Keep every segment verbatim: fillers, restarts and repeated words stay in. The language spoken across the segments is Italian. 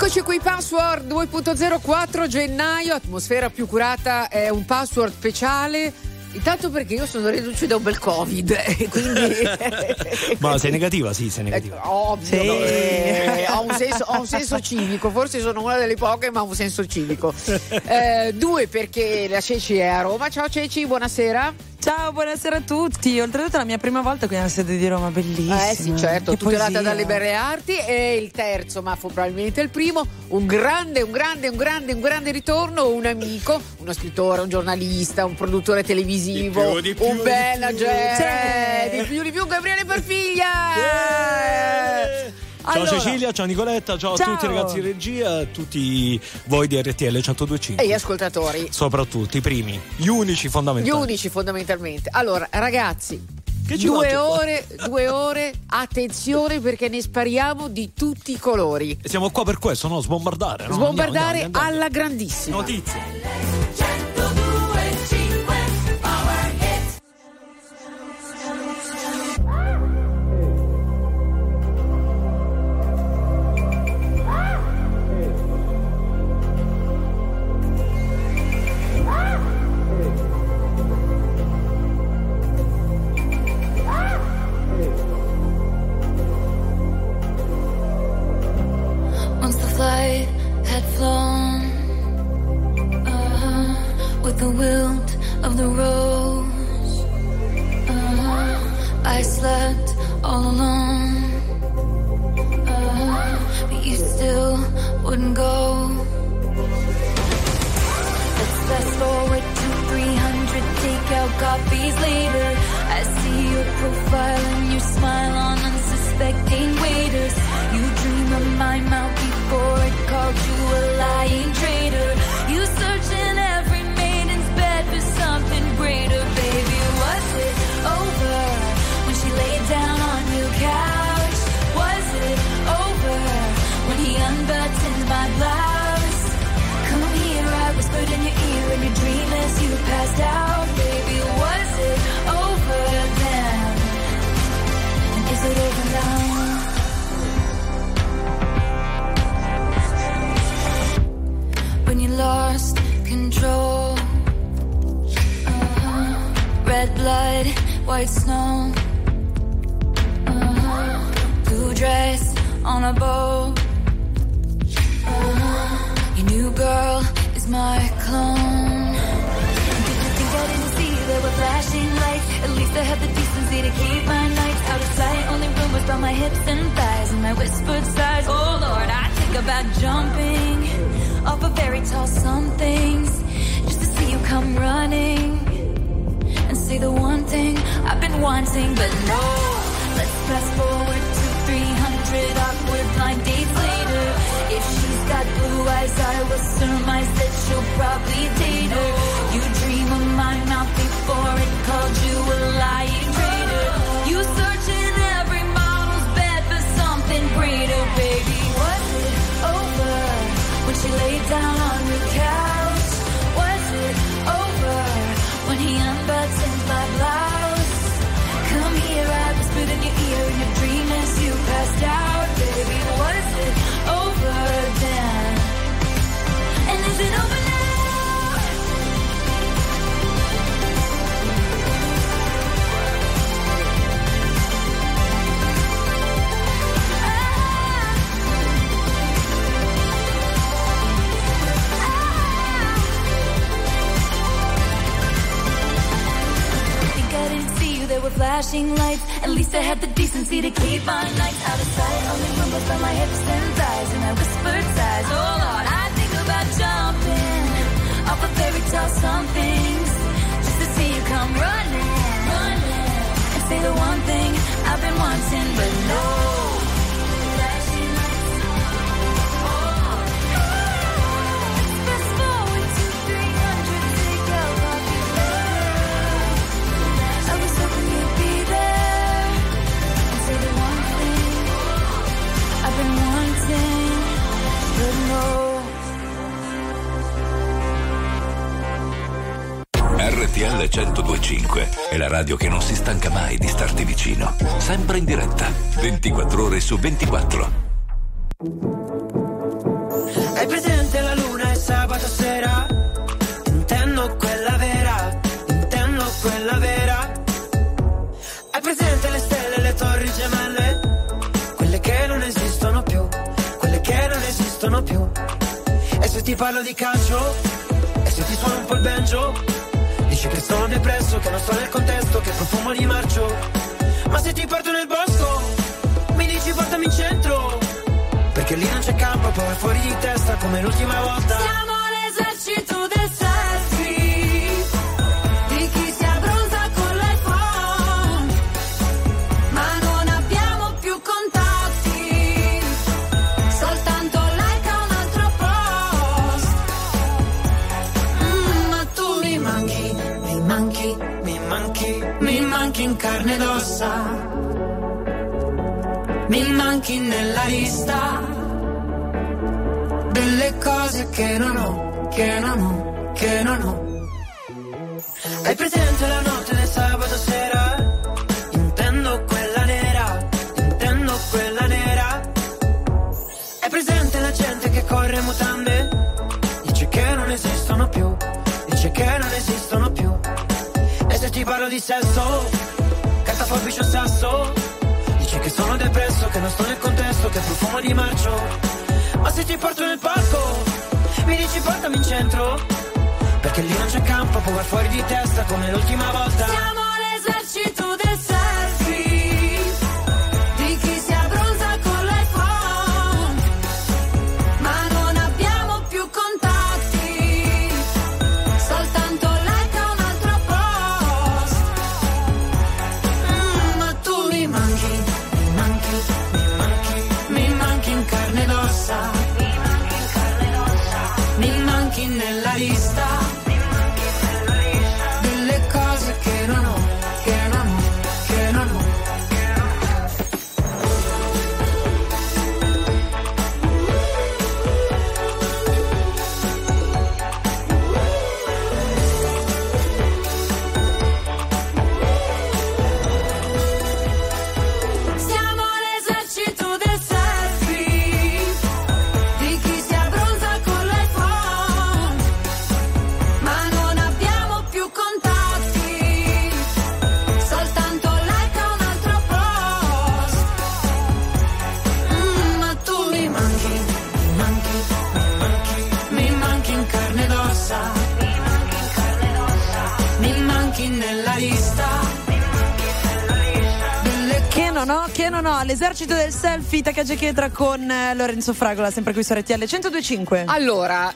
Eccoci qui, Password due punto zero, quattro gennaio, atmosfera più curata, è un password speciale. Intanto perché io sono reduce da un bel Covid e quindi ma sei negativa? Sì, sei negativa. Eh, ovvio, sì. No, eh, ho, un senso, ho un senso civico, forse sono una delle poche, ma ho un senso civico. Eh, due, perché la Ceci è a Roma. Ciao Ceci, buonasera. Ciao, buonasera a tutti. Oltretutto è la mia prima volta qui nella sede di Roma, bellissima. Eh sì, certo, che tutelata poesia. dalle belle arti. E il terzo, ma fu probabilmente il primo, un grande, un grande, un grande, un grande ritorno, un amico, uno scrittore, un giornalista, un produttore televisivo, di più, di più, un manager, Sì. di più di più, Gabriele Perfiglia. Yeah. Ciao Allora. Cecilia, ciao Nicoletta, ciao, Ciao. a tutti i ragazzi di regia, a tutti voi di R T L centodue e cinque. E gli ascoltatori. Soprattutto i primi, gli unici Gli fondamentali. unici fondamentalmente. Allora, ragazzi, Che ci due faccio? ore, due ore, attenzione perché ne spariamo di tutti i colori. E siamo qua per questo, no? Sbombardare, no? Sbombardare Andiamo, andiamo, andiamo. alla grandissima. Notizie. Once the flight had flown, uh-huh, with the wilt of the rose, uh-huh, I slept all alone, uh-huh, but you still wouldn't go. Let's fast forward to three hundred takeout coffees later. I see your profile and your smile on unsuspecting waiters. You dream of my mouth before it called you a lying traitor. You search in every maiden's bed for something greater. Baby, was it over when she laid down on your couch? Was it over when he unbuttoned my blouse? Come here, I whispered in your ear in your dream as you passed out. Baby, was it over then? And is it over now? When you lost control, uh-huh. Red blood, white snow, uh-huh. Blue dress on a boat, uh-huh. Your new girl is my clone. Did you think I didn't see there were flashing lights? At least I had the decency to keep my nights out of sight. Only rumors about my hips and thighs and my whispered sighs. Oh Lord, I think about jumping off a very tall somethings just to see you come running and say the one thing I've been wanting. But no, let's fast forward to three hundred awkward blind dates later. If she's got blue eyes, I will surmise that she'll probably date her. You dream of my mouth before it called you a lying traitor. You search in every model's bed for something greater. Baby, was it over when she laid down on your couch? Was it over when he unbuttoned my blouse? Come here, I whispered in your ear in your dream as you passed out. Baby, was it over then? And is it over now? There were flashing lights. At least I had the decency to keep my nights out of sight. Only rumbles from my hips and thighs and I whispered sighs. Oh Lord, I think about jumping off a fairy tale somethings just to see you come running, running and say the one thing I've been wanting. But no, flashing lights. Oh, fast forward to three hundred takeout coffee. I was hoping you'd be there and say the one thing I've been wanting, but no. R T L centodue e cinque è la radio che non si stanca mai di starti vicino. Sempre in diretta, ventiquattro ore su ventiquattro. gemelle, quelle che non esistono più, quelle che non esistono più. E se ti parlo di calcio, e se ti suono un po' il banjo, dici che sono depresso, che non sto nel contesto, che profumo di marcio. Ma se ti porto nel bosco, mi dici portami in centro, perché lì non c'è campo, poi vai fuori di testa come l'ultima volta. Siamo l'esercito del selfie, di chi si abbronza con l'iPhone, ma non abbiamo più contatti, soltanto like a un altro post. Mm, ma tu mi manchi, mi manchi, Mi manchi, mi manchi in carne ed ossa, mi manchi nella lista delle cose che non ho, che non ho, che non ho. hai presente la notte del sabato sera? Intendo quella nera, intendo quella nera. Hai presente la gente che corre in mutande? Dice che non esistono più, dice che non esistono più. E se ti parlo di sesso, carta, forbice o sasso, dici che sono depresso, che non sto nel contesto, che profumo di marcio. Ma se ti porto nel palco, mi dici portami in centro, perché lì non c'è campo, poi vai fuori di testa come l'ultima volta. Siamo l'esercito del selfie, di chi si abbronza con l'iPhone, ma non abbiamo più contatti, soltanto like a un altro post. Mm, ma tu mi manchi, mi manchi, Mi manchi, mi manchi in carne ed ossa, mi manchi nella lista delle cose che non ho, che non ho, che non ho. Siamo l'esercito del selfie, di chi si abbronza con l'iPhone, ma non abbiamo più contatti, soltanto like a un altro post. Mm, ma tu mi manchi, mi manchi, mi manchi, mi manchi in carne ed ossa, mi manchi nella lista delle Che non ho, che non ho. L'esercito del selfie, Takagi Chetra con eh, Lorenzo Fragola, sempre qui su R T L centodue e cinque. Allora,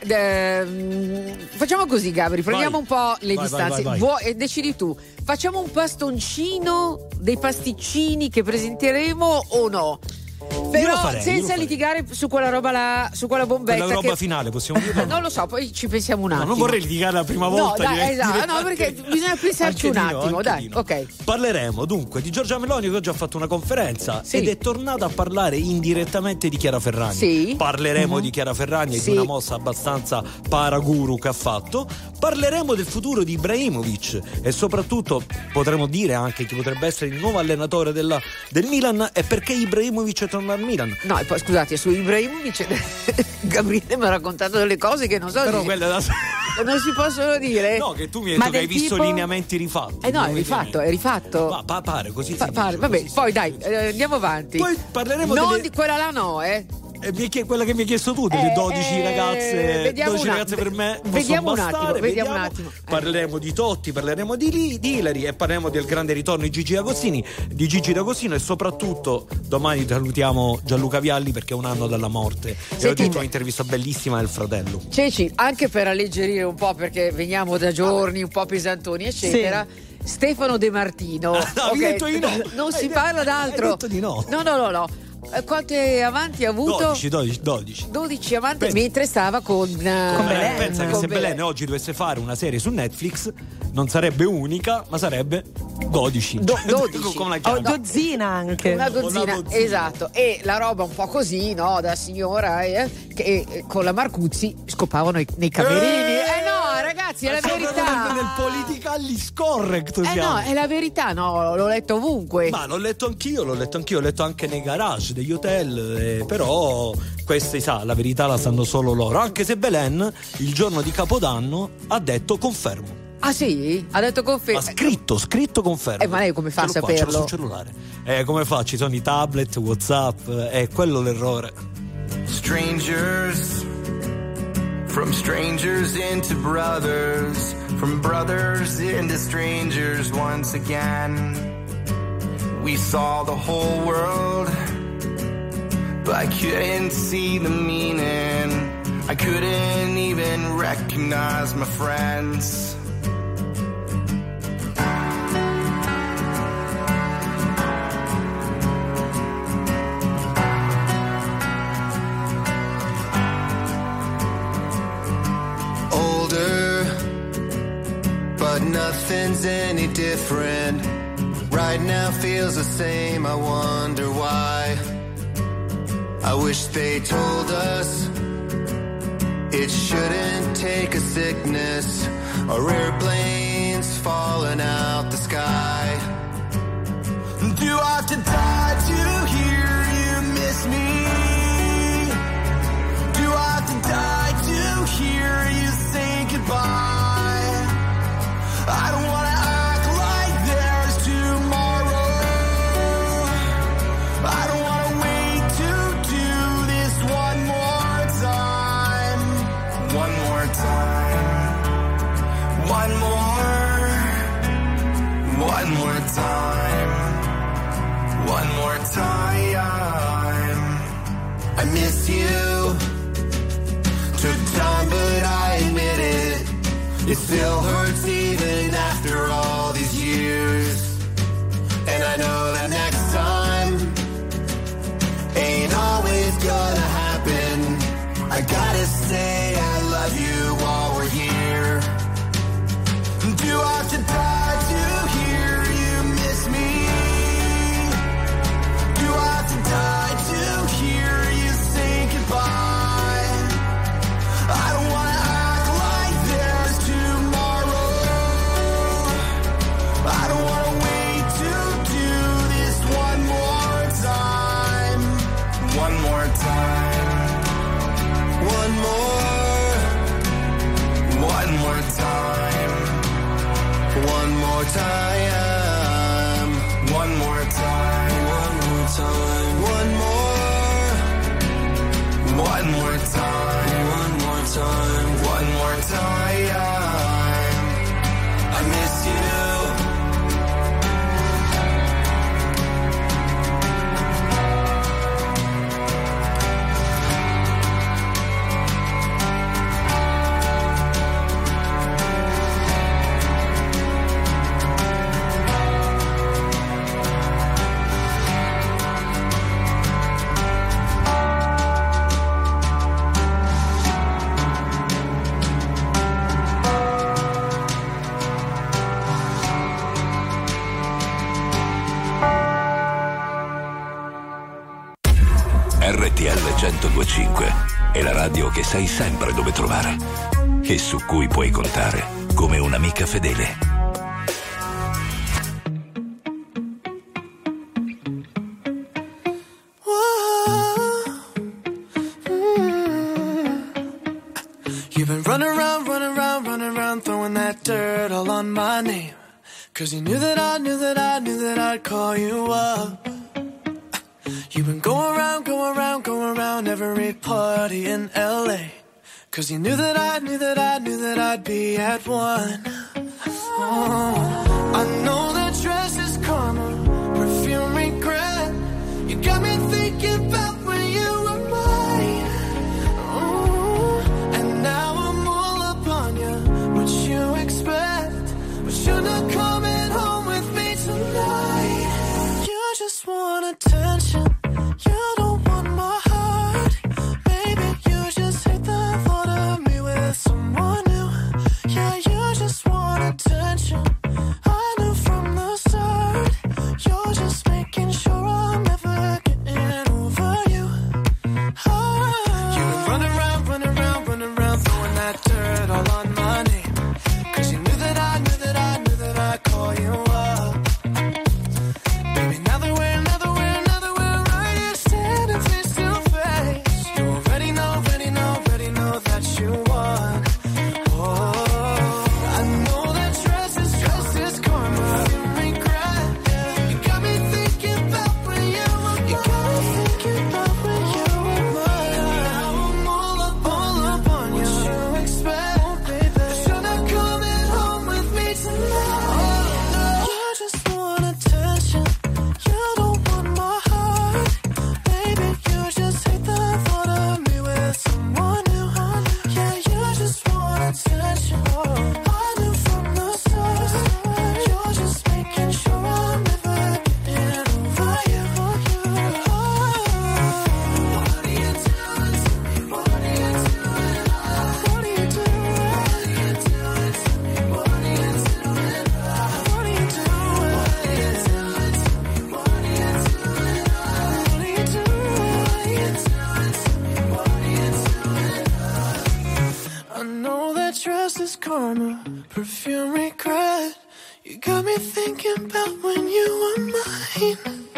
ehm, facciamo così, Gabri, prendiamo Vai. un po' le Vai, distanze. vai, vai, vai. Vuoi- e decidi tu. Facciamo un bastoncino dei pasticcini che presenteremo o no? Però lo farei, io lo senza farei. litigare su quella roba là, su quella bombetta. La roba che... finale possiamo dire? Non lo so, poi ci pensiamo un No, attimo. non vorrei litigare la prima No, volta. dai, direi- esatto, direi no, anche- perché bisogna pensarci anche un di no, attimo, anche dai, di no. ok. Parleremo dunque di Giorgia Meloni, che oggi ha fatto una conferenza Sì. ed è tornata a parlare indirettamente di Chiara Ferragni. Sì. Parleremo di Chiara Ferragni e Sì. di una mossa abbastanza paraguru che ha fatto. Parleremo del futuro di Ibrahimovic e soprattutto potremo dire anche chi potrebbe essere il nuovo allenatore della- del Milan e perché Ibrahimovic torna al Milan. No, e poi scusate, su Ibrahimovic Gabriele mi ha raccontato delle cose che non so Però se quella da... non si possono dire. No, che tu mi hai Ma detto che hai del visto tipo? lineamenti rifatti. Eh no, è Non rifatto, vedi è rifatto. Ma pa- pare così. Fa- si pare- dice, vabbè, così si poi dice. dai, eh, andiamo avanti. Poi parleremo non delle... di quella là no, eh. Eh, mi hai chie- quella che mi hai chiesto tu, delle Eh, dodici eh, ragazze, vediamo dodici un ragazze attimo. per me possono Vediamo un bastare, attimo, vediamo un attimo. Eh. Parleremo di Totti, parleremo di, Li- di Ilari e parleremo del grande ritorno di Gigi D'Agostini, di Gigi D'Agostino e soprattutto domani salutiamo Gianluca Vialli perché è un anno dalla morte e ho Senti- detto un'intervista bellissima del fratello. Ceci, anche per alleggerire un po' perché veniamo da giorni un po' pesantoni, eccetera. Stefano De Martino. Ah, no, avevi ok? detto di no. Non Hai si detto- parla d'altro. hai detto di no. No, no, no, no. Eh, Quante avanti ha avuto? dodici, dodici, dodici. dodici avanti Pensa- mentre stava con, eh, Con Eh, Belen. pensa che con se Belen. Belen oggi dovesse fare una serie su Netflix non sarebbe unica ma sarebbe dodici. Do- Cioè, dodici. come la Oh, chiami? dozzina anche. Una dozzina, Una dozzina. esatto. E la roba un po' così, no, da signora, eh, che eh, con la Marcuzzi scopavano i- nei camerini. Eh, no, ragazzi, è la Siamo verità. proprio nel politically scorrect Eh siamo. no, è la verità, no, l'ho letto ovunque. Ma l'ho letto anch'io, l'ho letto anch'io, l'ho letto anche nei garage degli hotel, eh, però questi sa, la verità la sanno solo loro. Anche se Belen il giorno di Capodanno ha detto confermo. Ah sì? Ha detto conferma. Ma scritto, scritto conferma. Eh, ma lei come fa a Ce l'ho qua, ce l'ho saperlo? sul cellulare. Eh, come fa? Ci sono i tablet, WhatsApp, è quello l'errore. Strangers, from strangers into brothers, from brothers into strangers once again. We saw the whole world, but I couldn't see the meaning. I couldn't even recognize my friends. Older, but nothing's any different. Right now feels the same, I wonder why. I wish they told us it shouldn't take a sickness or airplanes falling out the sky. Do I have to die to hear you miss me? Do I have to die to hear you say goodbye? I don't wanna act like there's tomorrow. I don't wanna wait to do this one more time. One more time. One more. One more time. One more time. I miss you. Took time, but I admit it. It still hurts even after all these years. And I know that next time ain't always gonna happen. I gotta say I love you while we're here. Do I have to die to hear you miss me? Do I have to die to hear you say goodbye? I don't wanna act like there's tomorrow. I don't wanna wait to do this one more time. One more time. One more. One more time. One more time. One more time. One more time. One more. One more time. One more time. One more time. I miss you. R T L centodue e cinque è la radio che sai sempre dove trovare e su cui puoi contare come un'amica fedele. You've been running around, running around, running around, throwing that dirt all on my name. Cause you knew that I knew that I knew that I'd call you up. You've been going around, going around, going around every party in L A. Cause you knew that I knew that I knew that I'd be at one. Oh, I know that dress is karma, perfume regret. You got me thinking about when you were mine. Oh, and now I'm all up on you. What you expect? But you're not coming home with me tonight. You just want attention. You don't want my heart. Maybe you just hate the thought of me with someone new. Yeah, you just want attention. I knew from the start. You're just making sure I'm never getting over you. Oh. You've been running around, running around, running around, throwing that dirt all on my name. Cause you knew that I knew that I knew that I'd call you up. Baby, now that we're, now that we're, now that we're right here standing face to face, you already know, already know, already know that you won. Oh, I know that perfume regret. You got me thinking about when you were mine.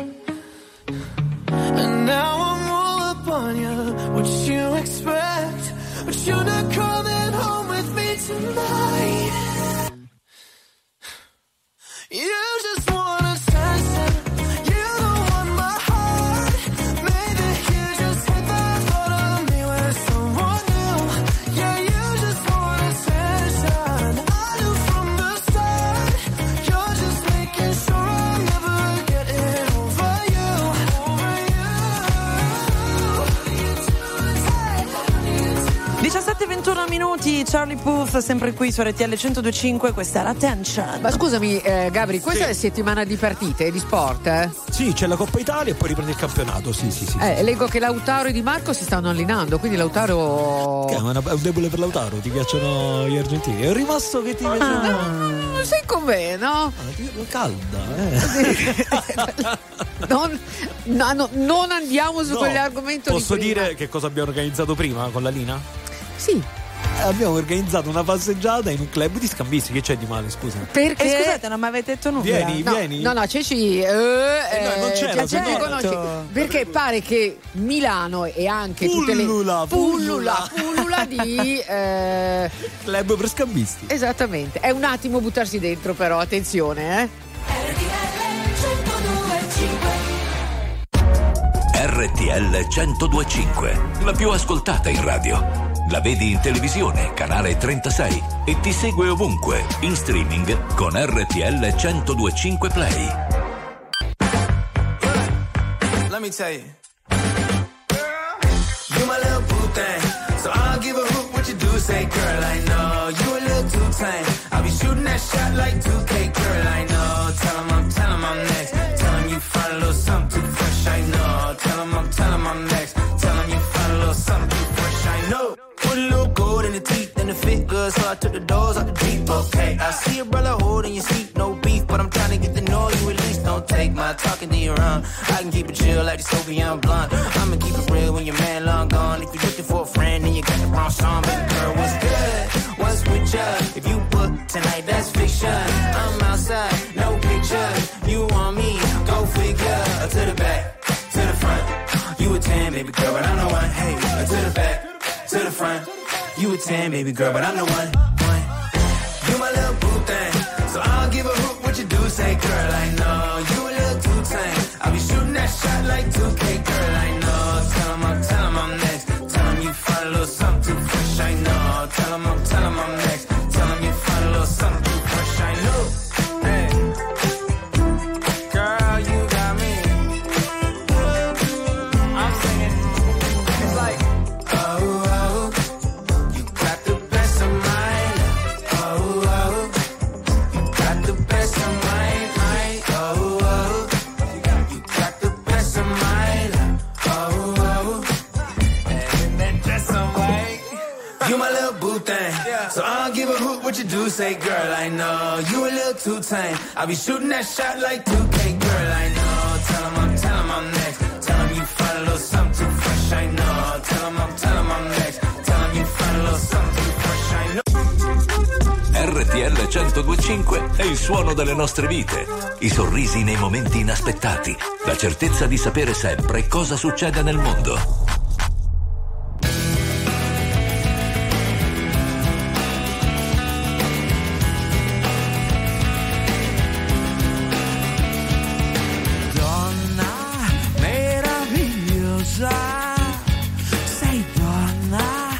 And now I'm all up on you. What you expect? But you're not coming home with me tonight. You just want attention. You don't want my heart. Maybe you just hate the thought of me with someone new. Yeah, you just want attention. I knew from the start. You're just making sure I'm never getting over you. Over you. diciassette e ventuno minuti, Charlie Puth, sempre qui su R T L centodue e cinque, questa è la Tension. Ma scusami, eh, Gabri, questa Sì. è settimana di partite, di sport, eh? Sì, c'è la Coppa Italia e poi riprende il campionato. Sì, sì, sì. Eh, leggo che Lautaro e Di Marco si stanno allenando, quindi Lautaro... Che è, una- è un debole per Lautaro, ti piacciono gli argentini? È rimasto che ti piacciono. Non sai com'è, no? Ah, ti- calda, eh. non, no, no, non andiamo su No, quell'argomento di posso prima. dire che cosa abbiamo organizzato prima con la Lina? Sì, Eh, abbiamo organizzato una passeggiata in un club di scambisti. Che c'è di male, scusa? perché... Eh, scusate, non mi avete detto nulla. Vieni, No, vieni. no, no, Ceci, eh, no, non c'era, Ceci se no- conosci, perché pare che Milano e anche tutte le Pullula, pullula, pullula di eh, Club per scambisti. esattamente. È un attimo buttarsi dentro, però attenzione, eh. R T L centodue e cinque, la più ascoltata in radio. La vedi in televisione, canale trentasei, e ti segue ovunque, in streaming con R T L centodue e cinque Play. Let me tell you. You my little boo thing, so I'll give a hoot what you do. Say, girl, I know you a little too tame. I'll be shooting that shot like two K, girl, I know. Tell 'em I'm, tell 'em I'm next. Tell 'em you find a little something too fresh, I know. Tell 'em I'm, tell 'em I'm next. Tell 'em you find a little something too fresh, I know. Put a little gold in the teeth and the fit good, so I took the doors out the Jeep. Okay, I see a brother holding your seat, no beef, but I'm trying to get to know you at least. Don't take my talking to your own. I can keep it chill like the Soviet blunt. I'ma keep it real when your man long gone. If you're looking for a friend, then you got the wrong song. Baby girl, what's good? What's with ya? If you book tonight, that's fiction. I'm outside, no pictures. You want me? Go figure. To the back, to the front. You a ten, baby girl, but I'm the one. Hey, to the back, to the front. You a ten, baby girl, but I'm the one. one. You my little boo thing, so I'll give a hoot what you do. Say, girl, I know you a little too tame. I'll be shooting that shot like two K, girl, I know. Tell 'em I'm, tell 'em I'm next. Tell 'em you find a little something too fresh, I know. Tell 'em I'm, tell 'em I'm next. Tell 'em you find a little something too fresh, I know. Hey, girl, you got me. I'm singing. It's like, oh, oh, you got the best of mine. Oh, oh, you got the best of mine. mine. Oh, oh, you got the best of mine. Oh, oh, and that dress on white. You my little boo thing, so I don't give a hoot what you do. Say, girl, I know you a little too tame. I'll be shooting that shot like two K, girl, I know. Tell 'em I'm, tell 'em I'm next. Tell 'em you find a little something too fresh, I know. Tell 'em I'm, tell 'em I'm next. Tell 'em you find a little something too fresh, I know. R T L centodue e cinque è il suono delle nostre vite. I sorrisi nei momenti inaspettati. La certezza di sapere sempre cosa succede nel mondo. Donna meravigliosa, sei donna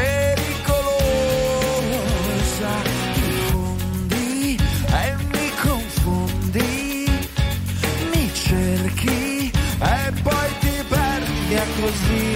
pericolosa, ti fondi e mi confondi, mi cerchi e poi ti perdi è così.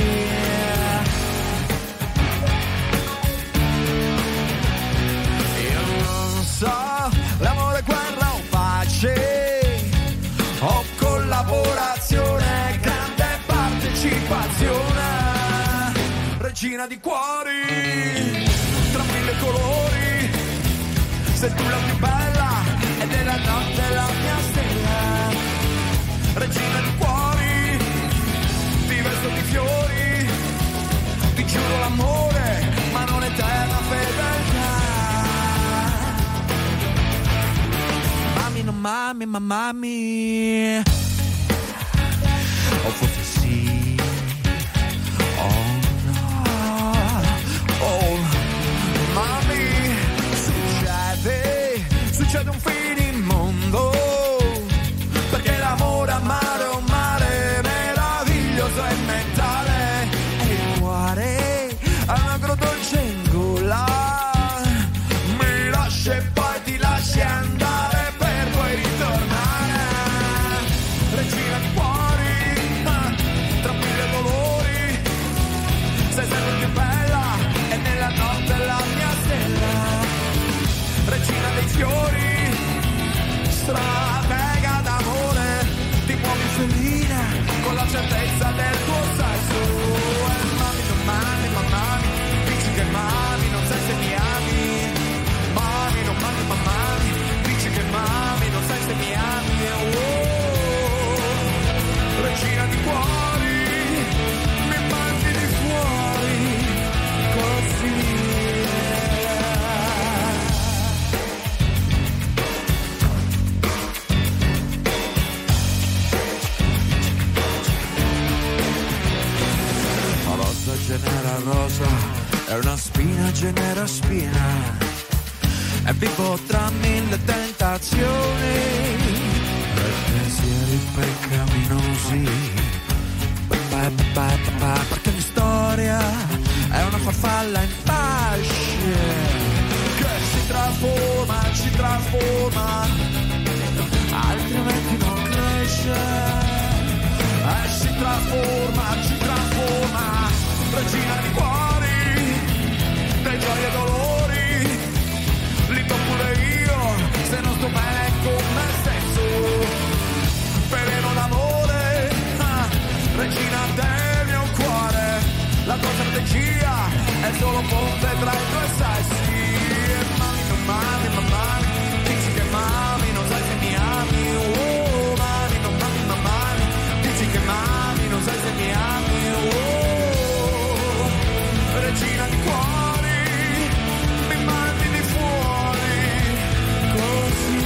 Io non so, l'amore, guerra o pace, o collaborazione, grande partecipazione, regina di cuori, tra mille colori, sei tu la più bella e della notte la mia stella, regina di cuori, ti vesto di fiori, ti giuro l'amore, ma non eterna fedeltà. mami, mamma mia. O forse sì. Oh no. Oh, mami, succede, succede un finimondo. Perché l'amore amare è un mare meraviglioso e mentale. E il cuore ha un agrodolce in gola. Mi lascia e poi ti lasci andare per poi ritornare. Regina di cuori, ah, tra mille dolori. Sei sempre più bella e nella notte la mia stella. Regina dei fiori, stratega d'amore, ti muovi felina con la certezza del tuo senso. E mami, non mami, ma mami, dici che mami, non sai se mi ami. Mami, non mami, ma mami, dici che mami, non sai se mi ami. Oh, regina di cuori, mi mangi di fuori, così. Genera rosa, è una spina genera spina, e vivo tra mille tentazioni e pensieri peccaminosi. Pa, pa, pa, pa, perché ogni storia è una farfalla in fasce che si trasforma, ci trasforma, altrimenti non cresce. E si trasforma, ci trasforma. Regina di cuori, dei gioie e dolori, li do pure io, se non sto bene con me stesso. Veleno d'amore, ah, regina del mio cuore, la tua strategia è solo ponte tra i due sessi. E mami, non mami, ma mami, dici che mami, non sai se mi ami. Oh, mami, non mami, ma mami, dici che mami, non sai se mi ami. Regina di cuori, mi mandi di fuori, così.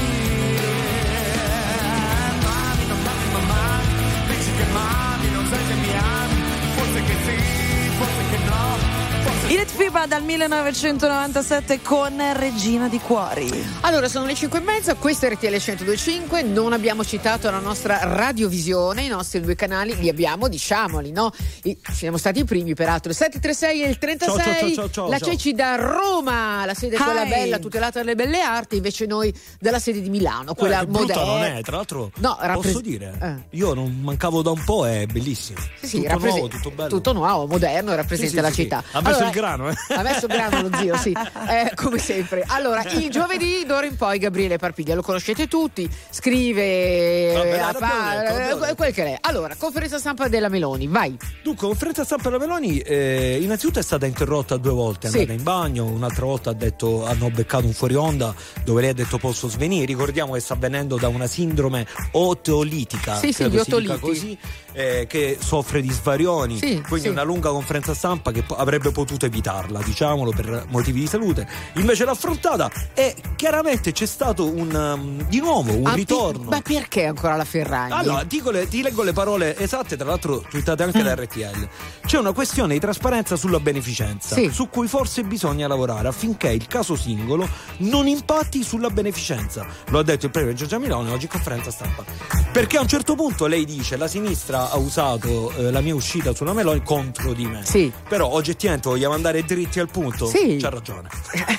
Mami, non mami, ma mami, dici che mami, non sai se mi ami. Forse che sì, forse che no. Inet Fiba dal millenovecentonovantasette con Regina di Cuori. Allora, sono le cinque e mezza, questo è R T L centodue e cinque, non abbiamo citato la nostra radiovisione, i nostri due canali, li abbiamo, diciamoli, no? I, siamo stati i primi, peraltro, il sette tre sei e il trentasei, ciao, ciao, ciao, ciao, la ciao. Ceci da Roma, la sede è quella Hi. bella, tutelata dalle belle arti, invece noi dalla sede di Milano, quella Eh, che brutta moderna. non è, tra l'altro, No, posso rappres- dire, eh. io non mancavo da un po', è bellissimo. Sì, sì, tutto rapprese- nuovo, tutto bello. tutto nuovo, moderno, e rappresenta Sì, sì, la sì, sì. città. Ha messo il grano, eh. Ha messo grano lo zio, sì, eh, come sempre. Allora, il giovedì d'ora in poi Gabriele Parpiglia, lo conoscete tutti, scrive Vabbè, eh, l'abbiamo fa- detto, l'abbiamo eh, quel che è. Allora, conferenza stampa della Meloni, vai. Dunque, conferenza stampa della Meloni, eh, innanzitutto è stata interrotta due volte, è Sì. andata in bagno, un'altra volta ha detto, hanno beccato un fuori onda dove lei ha detto posso svenire. Ricordiamo che sta avvenendo da una sindrome otolitica, Sì, sì, credo gli si dica otoliti. così, eh, che soffre di svarioni, Sì, quindi sì. una lunga conferenza stampa che po- avrebbe potuto evitarla, diciamolo, per motivi di salute. Invece l'ha affrontata e chiaramente c'è stato un um, di nuovo un Ah, ritorno. pi- ma perché ancora la Ferragni? Allora, dico le- ti leggo le parole esatte, tra l'altro twittate anche da R T L. C'è una questione di trasparenza sulla beneficenza, Sì. su cui forse bisogna lavorare affinché il caso singolo non impatti sulla beneficenza. Lo ha detto il premier Giorgia Meloni oggi in conferenza stampa. Perché a un certo punto lei dice la sinistra ha usato eh, la mia uscita sulla Meloni contro di me. Sì. Però oggettivamente vogliamo andare dritti al punto. Sì. C'ha ragione.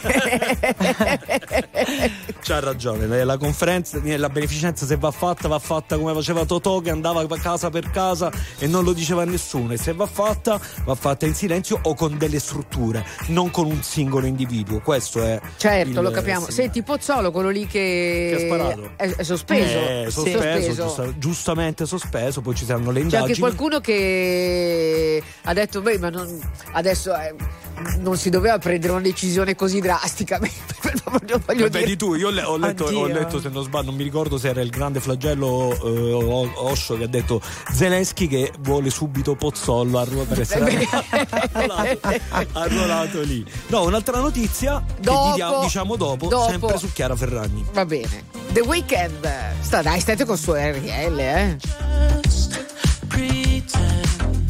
C'ha ragione, la, la conferenza, la beneficenza se va fatta va fatta come faceva Totò, che andava casa per casa e non lo diceva a nessuno, e se va fatta va fatta in silenzio o con delle strutture, non con un singolo individuo. Questo è Certo, il lo capiamo. segnale. Senti, Pozzolo, quello lì che, Che ha sparato. è, è sospeso. Eh, Sì. sospeso, giusta- giustamente sospeso, poi ci saranno le C'è indagini. anche qualcuno che ha detto, beh, ma non, adesso eh, non si doveva prendere una decisione così drastica. Voglio, voglio Eh, dire. vedi tu, io le- ho, letto, ho Oddio. letto, se non sbaglio, non mi ricordo se era il grande flagello eh, O- Osho che ha detto Zelensky che vuole subito Pozzollo arru- per essere arruolato, arruolato lì. No, un'altra notizia Dopo, che diamo- diciamo dopo, dopo. sempre su Chiara Ferragni. Va bene. The Weeknd. Sta, dai, state con su R T L, eh. Just pretend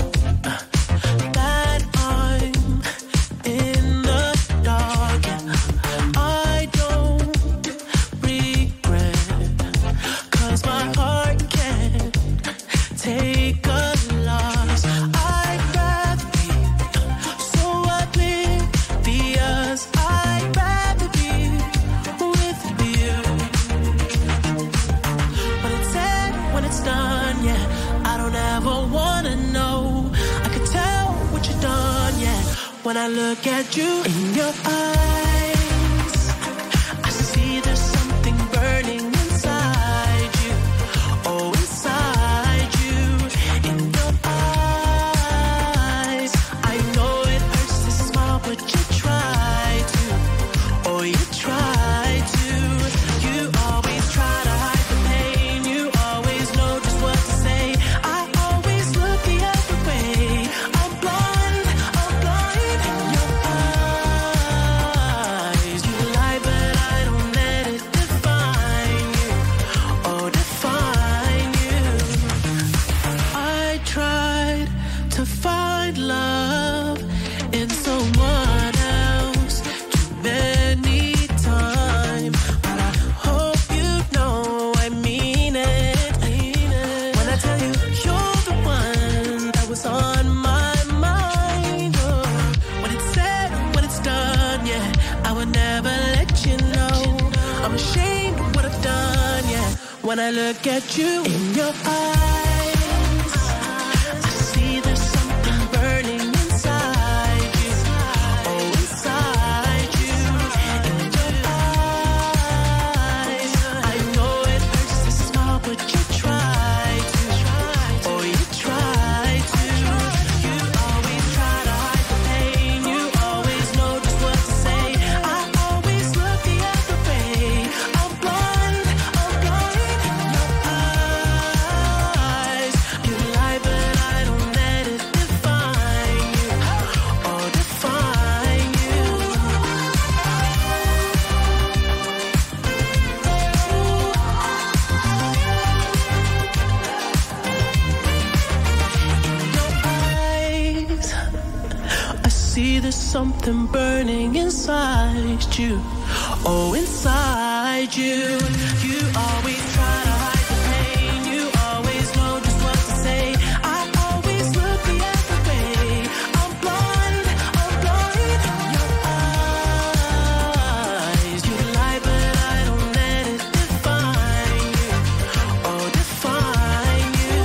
that I'm in the dark and I don't regret, 'cause my heart can't take a loss. I'd rather be so oblivious. I'd rather be with you. When it's said, when it's done, yeah, I don't ever wanna know. I can tell what you've done, yeah, when I look at you in your eyes. I see there's something burning inside you. Oh, inside you, in your eyes. I know it hurts to smile, but you try to. Oh, you try to. You always try to hide the pain. You always know just what to say. I always look the other way. I'm blind, I'm blind in your eyes. You lie, but I don't let it define you. Oh, define you. I tried to find love in someone else too many times, but I hope you know I mean it. When I tell you you're the one that was on my mind. Oh, when it's said, when it's done, yeah, I would never let you know. I'm ashamed of what I've done, yeah, when I look at you in your eyes. I see there's something burning inside you. Oh, inside you, in your eyes. I know it hurts to smile, but you try to. Oh, you try to. You always try to hide the pain. You always know just what to say. I always look the other way. I'm blind, I'm blind in your eyes. You lie, but I don't let it define you. Oh, define you. Eyes, I see there's something burning inside you. Oh, inside you. You always try to hide the pain. You always know just what to say. I always look the other way. I'm blind, I'm blind in your eyes. You lie, but I don't let it define you. Oh, define you.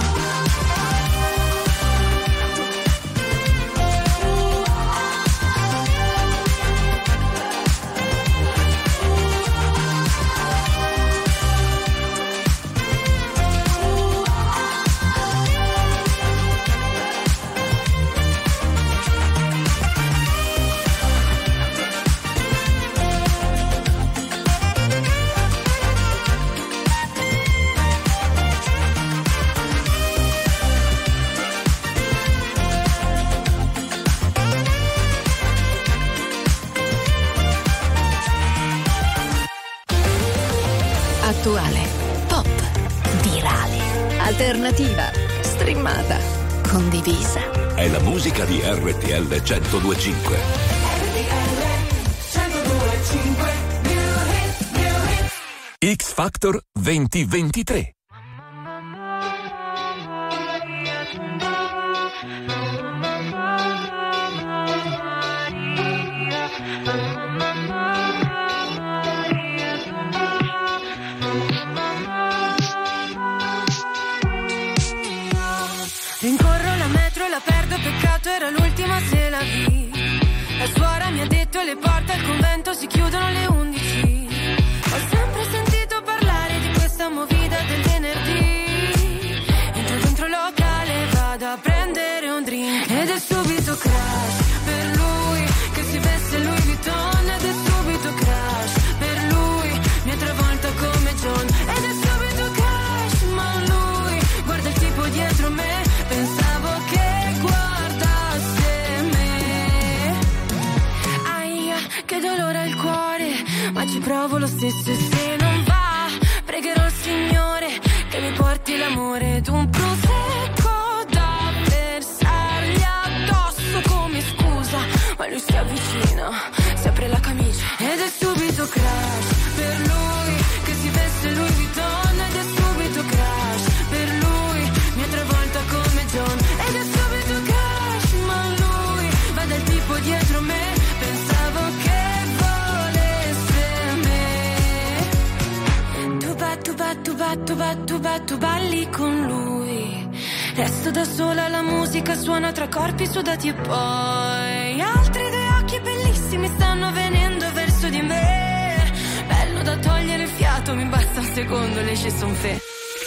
Attuale, pop, virale, alternativa, streamata, condivisa. È la musica di R T L centodue e cinque. X Factor duemilaventitré. Rincorro la metro e la perdo, peccato era l'ultima se la vi. La suora mi ha detto le porte al convento si chiudono alle undici. Ho sempre sentito parlare di questa movida del venerdì. Entro dentro il locale, vado a prendere un drink ed è subito crash per lui che si veste Louis Vuitton. Ed è subito crash per lui, mi ha travolta come John. Ed è subito crash, ma lui guarda il tipo dietro me. Pensavo che guardasse me. Aia, che dolore al cuore, ma ci provo lo stesso e se non va cuore ed un prosecco da versargli addosso come scusa, ma lui si avvicina, si apre la camicia ed è subito crash per lui, che si veste Louis Vuitton, ed è subito crash per lui, mi ha travolta come John, ed è subito crash, ma lui va dal tipo dietro me, pensavo che volesse me. Tu ba tu ba tu ba tu ba tu ba tu balli con lui, resto da sola, la musica suona tra corpi sudati e poi altri due occhi bellissimi stanno venendo verso di me, bello da togliere il fiato, mi basta un secondo, le ci son fe.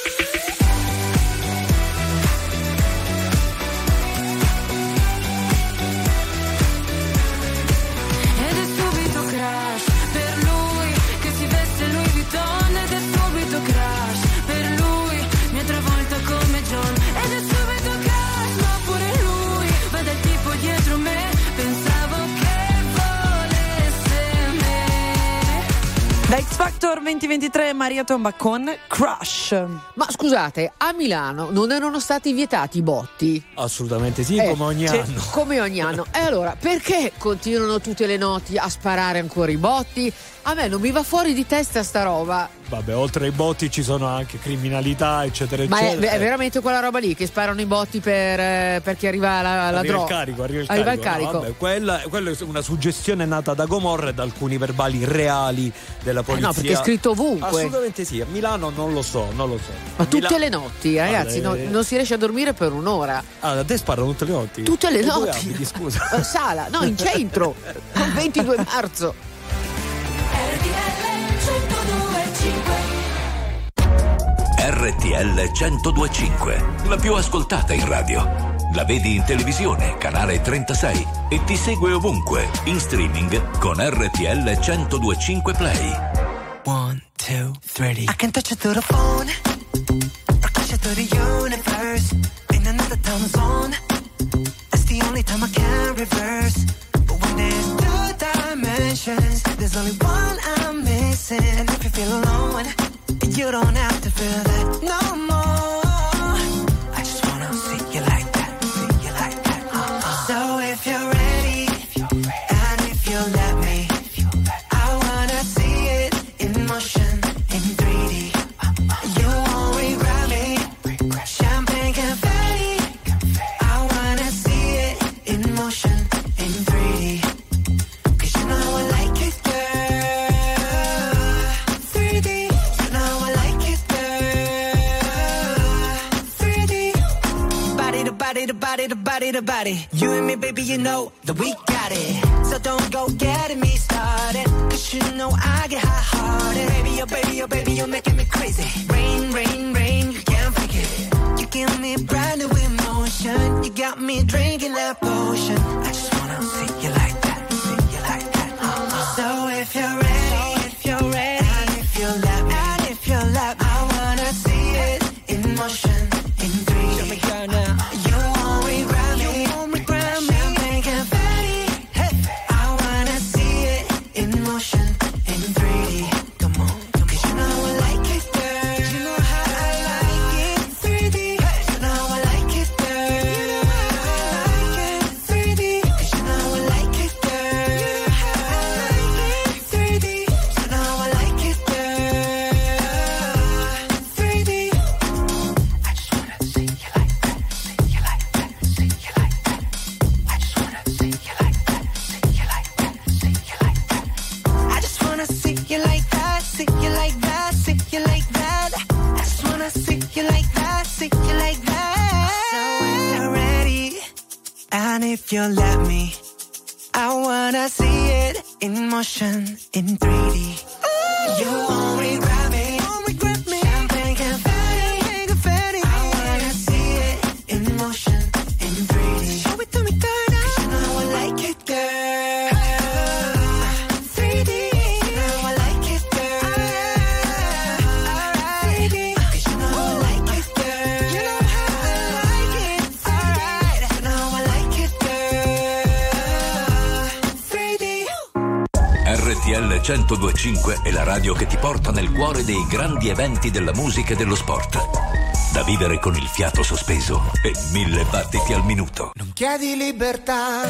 Ed è subito crash per lui, che si veste Louis Vuitton, ed è subito crash per lui, mi ha travolta come John, ed è subito crash, ma pure lui va dal tipo dietro me, pensavo che volesse me. Da X Factor venti ventitré Maria Tomba con Crush. Ma scusate, a Milano non erano stati vietati i botti? Assolutamente sì, Eh, come ogni sì, anno. Come ogni anno. E allora, perché continuano tutte le notti a sparare ancora i botti? A me non mi va fuori di testa sta roba. Vabbè, oltre ai botti ci sono anche criminalità, eccetera, Ma è, eccetera. è veramente quella roba lì che sparano i botti per, eh, per chi arriva la, la Arriva il droga? carico, arriva il Arriva carico. il carico. No, vabbè, quella, quella è una suggestione nata da Gomorra e da alcuni verbali reali della polizia. Eh no, perché è scritto ovunque. Assolutamente sì, a Milano non lo so, non lo so. Ma A tutte Mila- le notti, ragazzi, Ah, no- eh, non si riesce a dormire per un'ora. Ah, da te sparano tutte le notti? Tutte le E dove notti. abiti, scusa? Eh, Sala, no, in centro, con ventidue marzo. R T L centodue e cinque, la più ascoltata in radio. La vedi in televisione, canale trentasei, e ti segue ovunque, in streaming con R T L centodue e cinque Play. One, two, three. I can touch you through the phone, or touch you through the universe, in another time zone. That's the only time I can reverse. But when there's two dimensions, there's only one I'm missing. And if you feel alone, you don't have to feel that no more. I just wanna see you like that, see you like that. Uh-uh. So if you're ready, if you're ready, and if you let me, if you let me, I wanna see it in motion, in three D. Uh-uh. You won't regret me. Regret. Champagne confetti. confetti. I wanna see it in motion, in three D. Cause you know I like it, girl. three D. You know I like it, girl. three D. Body to body to body to body to body. You and me, baby, you know that we got it. So don't go getting me started. Cause you know I get hot-hearted. Baby, oh baby, oh baby, you're making me crazy. Rain, rain, rain, you can't fake it. You give me brand new emotion. You got me drinking that potion. I just wanna see you like that, see you like that. Uh-uh. So if you're ready, if you're ready, and if you let me, and if you let me, I wanna see it in motion, in three D. Show me girl now. You won't regret me. You won't regret me. Champagne confetti. Hey, I wanna see it in motion, in three D. Come on, come on. 'Cause you know I like it, girl. You know how I like it, three D. Hey, you know I like it, girl. You know how I like it, three D. 'Cause you know I like it, girl. You know how I like it, three D. You know I like it, girl. three D. I just wanna see you like that, see you like that, see you like that. I just wanna see you like that, see you like that, see you like that. I just wanna see you like that, see you like that, see you like that. I just wanna see you like that, see you like that. So if you're ready, and if you let me, I wanna see it in motion, in three D. You won't regret me. Champagne confetti, confetti. I wanna see it in motion, in three D. Show it to me, girl. 'Cause you know I like it, girl. three D. You know I like it, girl. Alright. three D. 'Cause you know I like it, girl. You know how I like it. Alright. You know I like it, girl. three D. R T L centodue e cinque è la radio che ti porta nel cuore dei grandi eventi della musica e dello sport. da vivere con il fiato sospeso e mille battiti al minuto. Non chiedi libertà,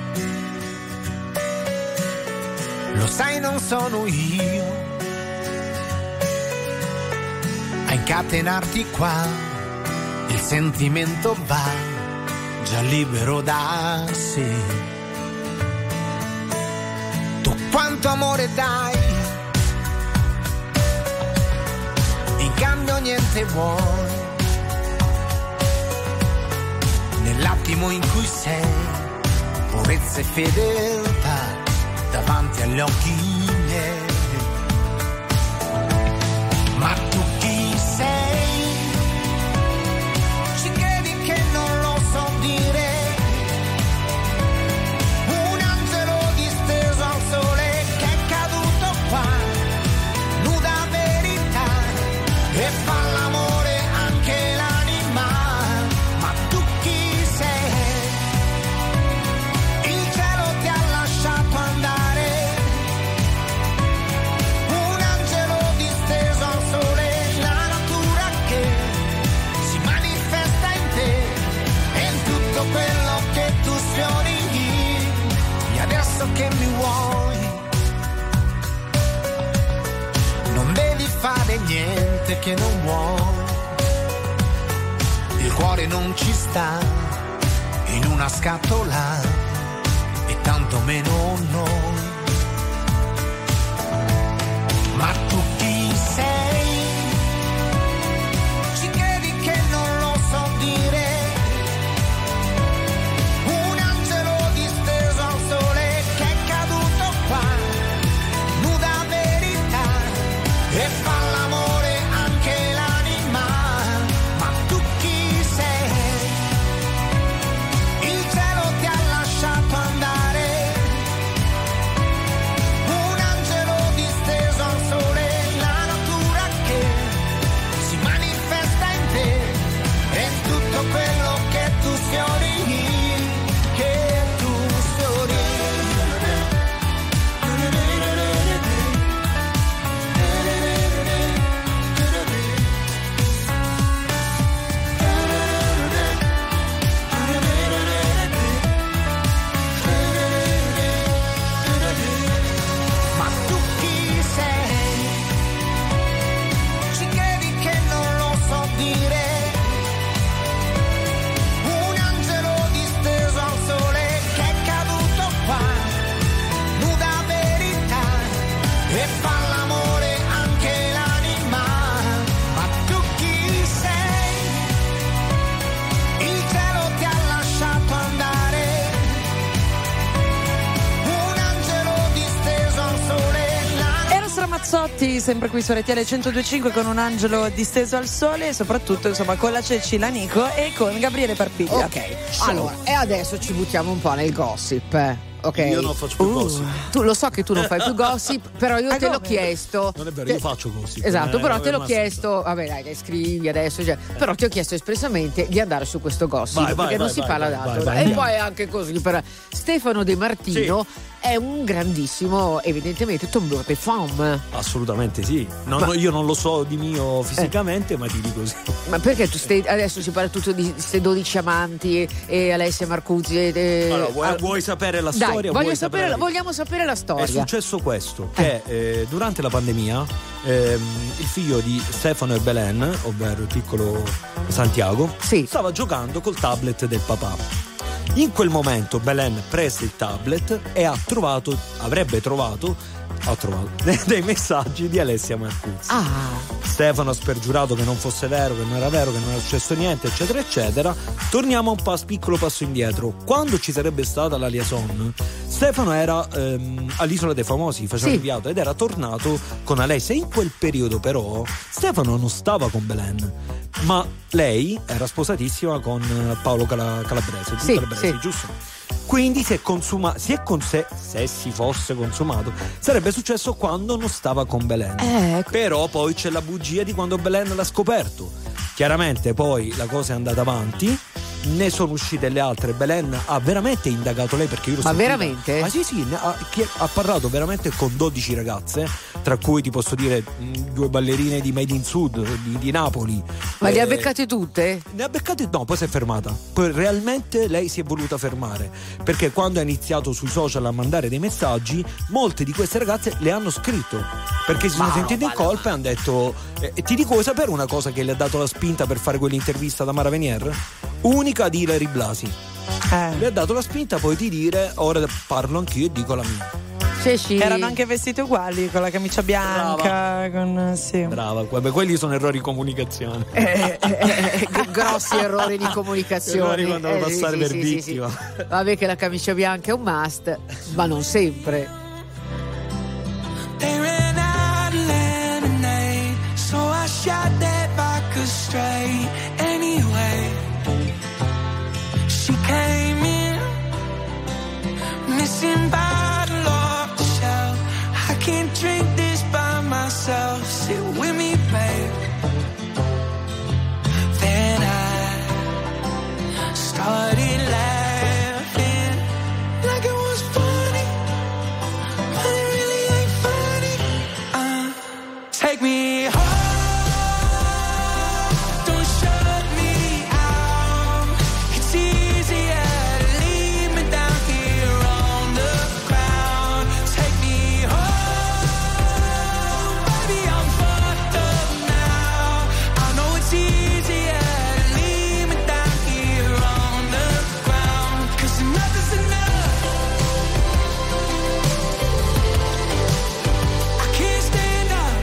lo sai non sono io a incatenarti qua, il sentimento va già libero da sé. Tu quanto amore dai, in cambio niente vuoi, nell'attimo in cui sei, purezza e fedeltà davanti agli occhi miei. Ma tu chi sei? Ci credi che non lo so dire? Un angelo disteso al sole che è caduto qua, nuda verità, e fa l'amore anche l'anima. Ma tu chi sei? Il cielo ti ha lasciato andare, un angelo disteso al sole, la natura che si manifesta in te e in tutto quello che tu sfiori. E adesso che mi vuoi, non devi fare niente che non vuoi, il cuore non ci sta in una scatola e tanto meno noi. Ma tu chi sei? Ci credi che non lo so dire? Un angelo disteso al sole che è caduto qua, nuda verità, e fa l'amore anche l'anima. Ma tu chi sei? Il cielo ti ha lasciato andare, un angelo disteso al sole, la natura che si manifesta in te e in tutto quello che tu sfiori, che tu sfiori. Ma tu chi sei? Ci credi che non lo so dire? Un angelo disteso al sole che è caduto qua, nuda verità, e fa l'amore anche l'anima. Ma tu chi sei? Il cielo ti ha lasciato andare, un angelo disteso al sole, la Eros Ramazzotti, sempre qui su R T L centodue e cinque con un angelo disteso al sole e soprattutto insomma con la Cecila Nico e con Gabriele Parpiglia. Ok, allora, e adesso ci buttiamo un po' nel gossip. eh. Ok. Io non faccio più Uh, gossip. Tu lo so che tu non fai più gossip, però io Ah, te l'ho come? chiesto. Non è vero, Te- io faccio gossip. Esatto, eh, però non te è l'ho mai chiesto, vabbè dai, dai, scrivi adesso, cioè, però ti ho chiesto espressamente di andare su questo gossip, Vai, vai, perché non vai, si vai, parla vai, d'altro. vai, vai, e andiamo. poi anche così per Stefano De Martino è un grandissimo, evidentemente, tombeau de femme. Assolutamente sì. No, Ma- no, io non lo so di mio fisicamente, ma ti dico sì. Ma perché tu stai, adesso si parla tutto di queste dodici amanti e Alessia Marcuzzi e, e- Allora, vuoi, ah, vuoi sapere la dai, storia? voglio Vuoi sapere, la- vogliamo sapere la storia. È successo questo, che eh, durante la pandemia ehm, il figlio di Stefano e Belen, ovvero il piccolo Santiago, Sì. stava giocando col tablet del papà. In quel momento Belen prese il tablet e ha trovato, avrebbe trovato, ha trovato dei messaggi di Alessia Marcuzzi. Ah, Stefano ha spergiurato che non fosse vero, che non era vero, che non era successo niente, eccetera, eccetera. Torniamo un pas- piccolo passo indietro. Quando ci sarebbe stata la liaison, Stefano era ehm, all'Isola dei Famosi, faceva Sì. inviato ed era tornato con Alessia. In quel periodo, però, Stefano non stava con Belen, ma lei era sposatissima con eh, Paolo Cala- Calabrese, Sì, Calabrese, sì. giusto? Quindi si è consumato, si è con se, se si fosse consumato, sarebbe successo quando non stava con Belen. Eh, ecco. Però poi c'è la bugia di quando Belen l'ha scoperto. Chiaramente poi la cosa è andata avanti, ne sono uscite le altre. Belen ha veramente indagato lei, perché io l'ho Ma sentita. veramente? Ah sì sì, ne ha, chi- ha parlato veramente con dodici ragazze tra cui ti posso dire mh, due ballerine di Made in Sud di, di Napoli. Ma eh, le ha beccate tutte? Ne ha beccate, no, poi si è fermata. Poi realmente lei si è voluta fermare, perché quando ha iniziato sui social a mandare dei messaggi, molte di queste ragazze le hanno scritto perché si sono Ma sentite in no, colpa e hanno detto eh, ti dico, vuoi sapere una cosa che le ha dato la spinta per fare quell'intervista da Mara Venier? Unica di Ilary Blasi. Eh. Le ha dato la spinta, poi ti dire ora parlo anch'io e dico la mia. Ceci. Erano anche vestiti uguali, con la camicia bianca. Con, sì. Brava, beh, quelli sono errori di comunicazione. Eh, eh, eh, grossi errori di comunicazione. Errori quando eh, devo passare sì, per sì, vittima. sì, sì. Vabbè che la camicia bianca è un must, ma non sempre. They ran out of lemonade, so I shot that vodka straight. Anyway, she came in, missing bottle off the shelf. I can't drink this by myself. Sit with me, babe. Then I started laughing like it was funny, but it really ain't funny. Uh, take me home. Don't shut me out. It's easier to leave me down here on the ground. Take me home, baby, I'm fucked up now. I know it's easier to leave me down here on the ground, 'cause enough is enough. I can't stand up.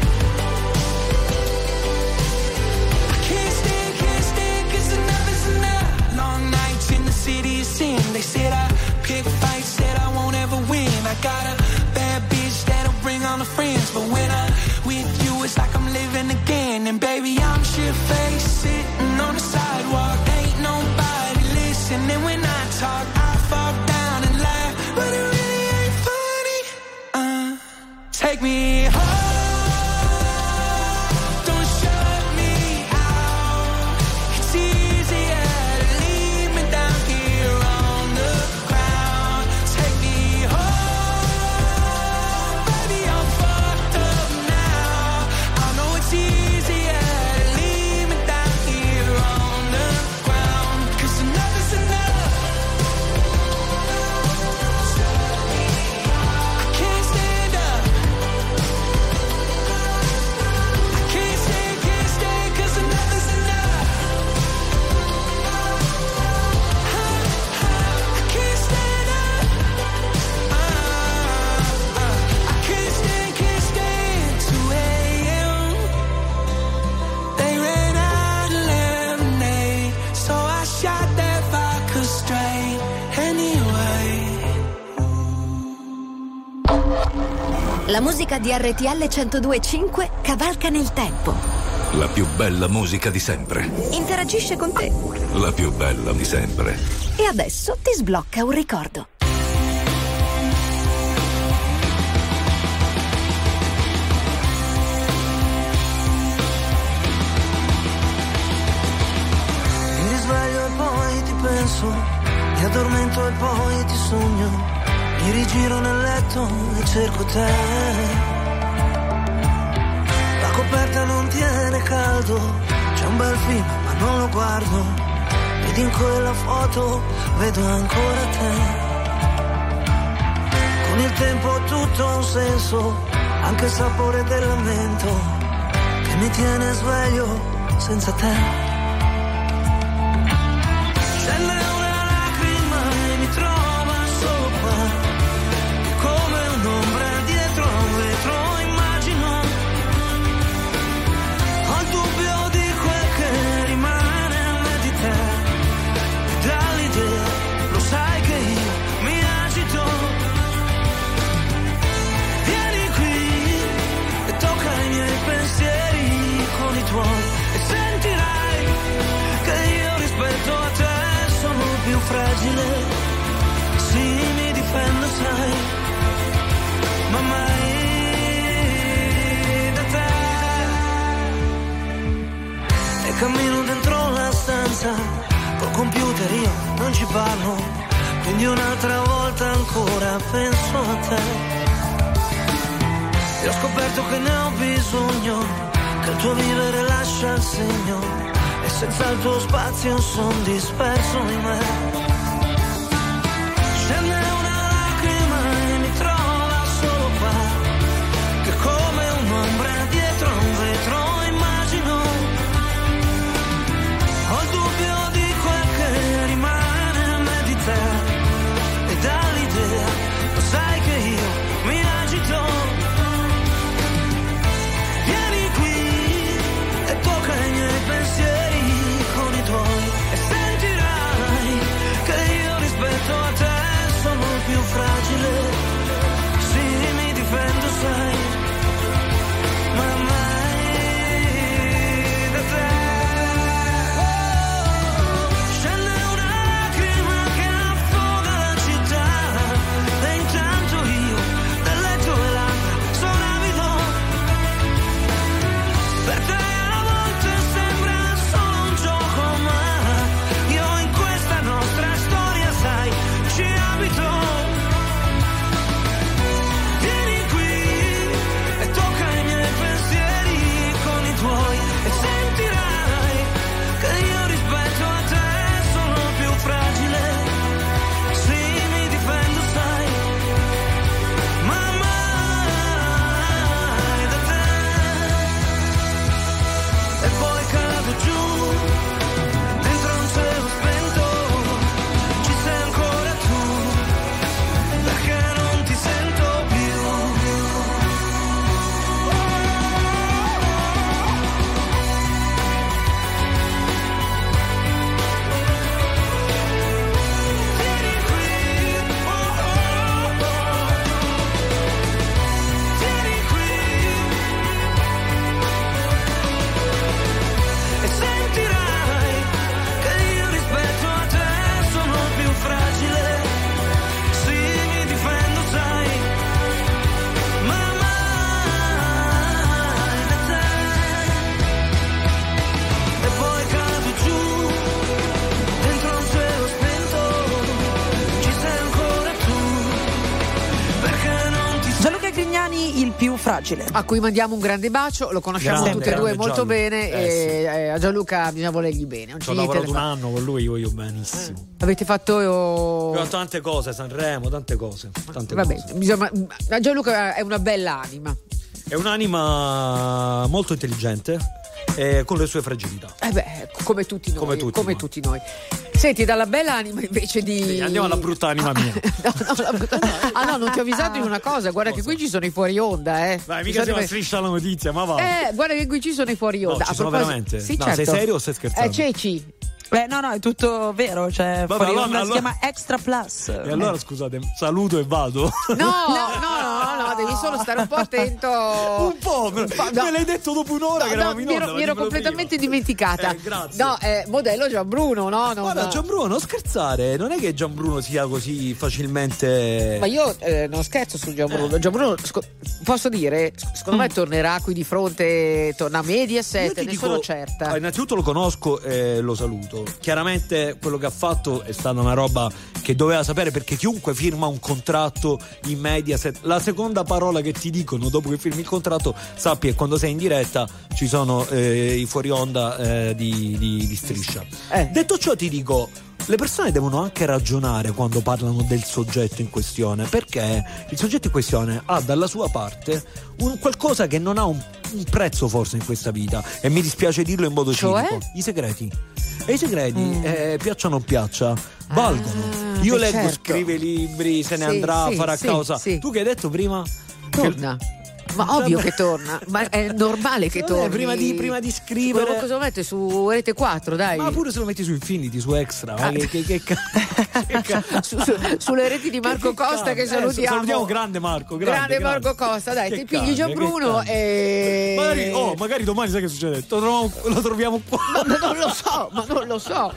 I can't stand, can't stand, 'cause enough is enough. Long nights in the city of sin. They said I pick fights, said I won't ever win. I got a bad bitch that'll bring all the friends, but when I'm with you it's like I'm living again. And baby, I'm shit-faced, sitting on the sidewalk. Ain't nobody listening when I talk. I fall down and laugh, but it really ain't funny. Uh, take me home. Don't shut me out. It's easier to leave me down here on the ground. Take me home, baby, I'm fucked up now. I know it's easier to leave me down here on the ground, 'cause enough is enough. I can't stand up. I can't stand, can't stand, 'cause enough is enough. I can't stand up. Uh, uh, I can't stand, can't stand. two a.m. They ran out of lemonade, so I shot that vodka straight. Anyway. La musica di R T L centodue e cinque cavalca nel tempo. La più bella musica di sempre. Interagisce con te. La più bella di sempre. E adesso ti sblocca un ricordo. Mi risveglio e poi ti penso, mi addormento e poi ti sogno, mi rigiro nel letto e cerco te. La coperta non tiene caldo, c'è un bel film ma non lo guardo, ed in quella foto vedo ancora te. Con il tempo tutto ha un senso, anche il sapore del lamento che mi tiene sveglio senza te. Scende una lacrima e mi trova solo qua, come un'ombra dietro un vetro immagino. Ho il dubbio di quel che rimane a me di te, e dall'idea lo sai che io mi agito. Vieni qui e tocca i miei pensieri con i tuoi, e sentirai che io rispetto a te sono più fragile. Sì, mi difendo, sai, ma mai da te. E cammino dentro la stanza, col computer io non ci parlo, quindi un'altra volta ancora penso a te. e ho scoperto che ne ho bisogno, che il tuo vivere lascia il segno, e senza il tuo spazio son disperso in me. Scende una lacrima e mi trova solo qua, che come un'ombra dietro a un vetro immagino. Ho il dubbio di quel che rimane a me di te, e dall'idea lo sai che io mi agito. Vieni qui e tocca i miei pensieri con i tuoi, e sentirai che io rispetto a te sono più fragile. Sì, mi difendo, sai, ma mai da te. Scende una lacrima che affoga la città, e intanto io delle tue labbra sono avido. Per te a volte sembra solo un gioco, ma io in questa nostra storia, sai, ci abito. Vieni qui e tocca i miei pensieri con i tuoi, e sentirai che io rispetto a te sono più fragile. Sì, mi difendo, sai, ma mai da te. E poi cado giù dentro un cielo spento, ci sei ancora tu, perché non ti sento più. Vieni qui, oh, oh, oh. Vieni qui e sentirai che io rispetto a te sono più fragile. Sì, mi difendo, sai, ma mai da te. E poi cado giù dentro un cielo spento, ci sei ancora tu, perché non ti Gianluca Grignani, il più fragile. A cui mandiamo un grande bacio, lo conosciamo Grande, tutti e due grande molto Gianlu. bene, Eh, e sì. eh, a Gianluca bisogna volergli bene. Non Ci c'è ho niente da lavorato un fare. anno con lui, io, io benissimo. Avete fatto. Ho fatto tante cose, Sanremo, tante cose. Tante Vabbè, cose. bisogna, ma Gianluca è una bella anima. È un'anima molto intelligente e con le sue fragilità. Eh beh, come tutti noi. Come tutti come noi. tutti noi. Senti, dalla bella anima invece di. Sì, andiamo alla brutta anima mia. No, no, la brutta- Ah no, non ti ho avvisato di una cosa. Guarda che qui ci sono i fuori onda, eh. Vai, Ci mica sono si i- striscia la notizia, ma va. Eh, guarda che qui ci sono i fuori No, onda. ci A sono proposito- veramente? Sì, No, certo. sei serio o stai scherzando? Eh, Ceci. Beh, no, no, è tutto vero. Cioè, Vabbè, fuori allora- onda allora- si chiama Extra Plus. E allora scusate, saluto e vado. No, no, no, no, devi solo stare un po' attento. Un po', me, po', no. me l'hai detto dopo un'ora No, che no, eravamo in mi onda. ero, ma mi ero dimmelo completamente prima. dimenticata. Eh, grazie. No, eh, modello Gianbruno, no? Non, Guarda, Gianbruno, non scherzare, non è che Gianbruno sia così facilmente. Ma io eh, non scherzo su Gianbruno. Gianbruno, sco- posso dire, secondo me tornerà qui di fronte, torna a Io Mediaset, ti ne dico, sono certa. eh, innanzitutto lo conosco e lo saluto. Chiaramente quello che ha fatto è stata una roba che doveva sapere, perché chiunque firma un contratto in Mediaset, la seconda parola che ti dicono dopo che firmi il contratto, sappi che quando sei in diretta ci sono eh, i fuori onda eh, di, di, di Striscia. Eh. Detto ciò, ti dico, le persone devono anche ragionare quando parlano del soggetto in questione, perché il soggetto in questione ha dalla sua parte un qualcosa che non ha un, un prezzo forse in questa vita, e mi dispiace dirlo in modo Cioè? cinico: i segreti. E i segreti, Mm. eh, piaccia o non piaccia, valgono. Ah, Io beh, leggo, certo. scrive libri, se ne Sì, andrà, sì, farà sì, causa. sì. Tu che hai detto prima? Torna. Ma ovvio che torna, ma è normale che Eh, torni. prima di- prima di scrivere- Cosa cosa lo mette su Rete quattro, dai? Ma pure se lo metti su Infinity, su Extra, ma Ah. che, che, che, ca- che ca- Su- su- sulle reti di Marco che Costa, che eh, salutiamo. salutiamo grande Marco, grande, Grande Marco Costa, dai, Che ti pigli cambia, Gianbruno che cambia. e. Magari, oh, magari domani sai che succede? Lo troviamo, lo troviamo qua. Ma, ma non lo so, ma non lo so.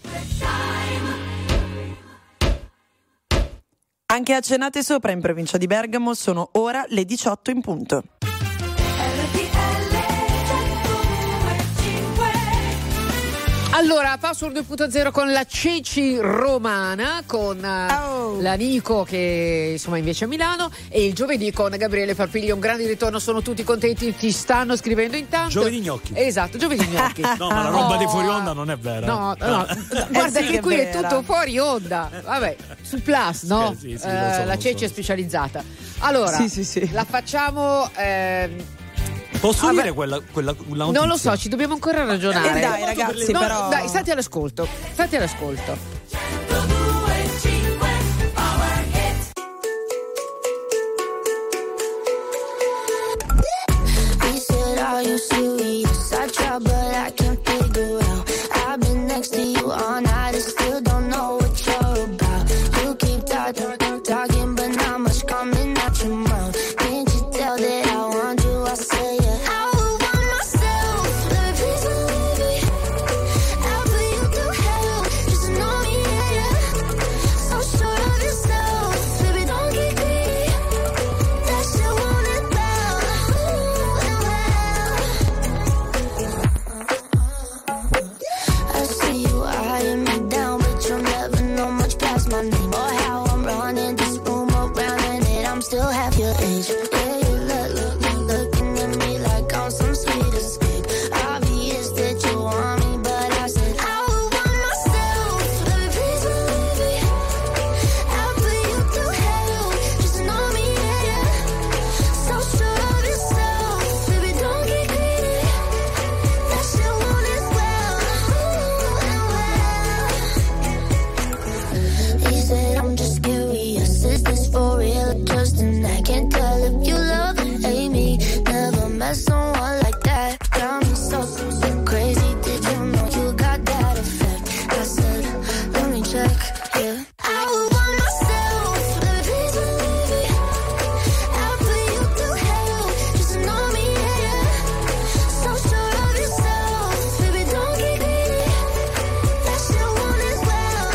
Anche a Cenate Sopra, in provincia di Bergamo, sono ora le diciotto in punto. Allora, era Password due punto zero con la Ceci Romana, con oh. la Nico che insomma invece a Milano, e il giovedì con Gabriele Parpiglio. Un grande ritorno, sono tutti contenti, ti stanno scrivendo intanto. Giovedì gnocchi. Esatto, giovedì gnocchi. No, ma la roba oh. di fuori onda non è vera. No, no, no. Guarda eh sì, che qui è è tutto fuori onda. Vabbè, su Plus, no? Sì, sì, sì, eh, so, la Ceci so. è specializzata. Allora, sì, sì, sì. la facciamo. Ehm, Posso ah, dire beh, quella, quella una non lo so, ci dobbiamo ancora ragionare. Eh dai, ragazzi, no, però. Dai, state all'ascolto. State all'ascolto. You serious? I try, but I can't figure out. I've been next to you all night, I still don't know what you're about. You keep talking, talking, but not much coming out your mouth. Can't you tell that I want you? I say yeah. I would want myself, baby, please don't leave me. I'll put you through hell, just to know me, yeah, yeah. So sure of yourself, baby, don't get greedy. That shit won't end well. I see you eyeing me down, but you'll never know much past my name or how I'm running this room around in it. I'm still half your age. Yeah, you look, look, look, looking at me like I'm some sweet escape. Obvious that you want me, but I said I would want myself. Baby, please don't leave me. I'll put you through hell, just to know me, yeah, yeah. So sure of yourself, baby, don't get greedy. That shit won't end well. He said I'm just curious, is this for real or just an act? Can't tell if you love or hate me. Never met someone like that. Got me so, so, so crazy. Did you know you got that effect? I said, let me check, yeah. I would want myself, baby, please don't leave me. I'll put you through hell, just to know me, yeah, yeah. So sure of yourself, baby, don't get greedy. That shit won't end well.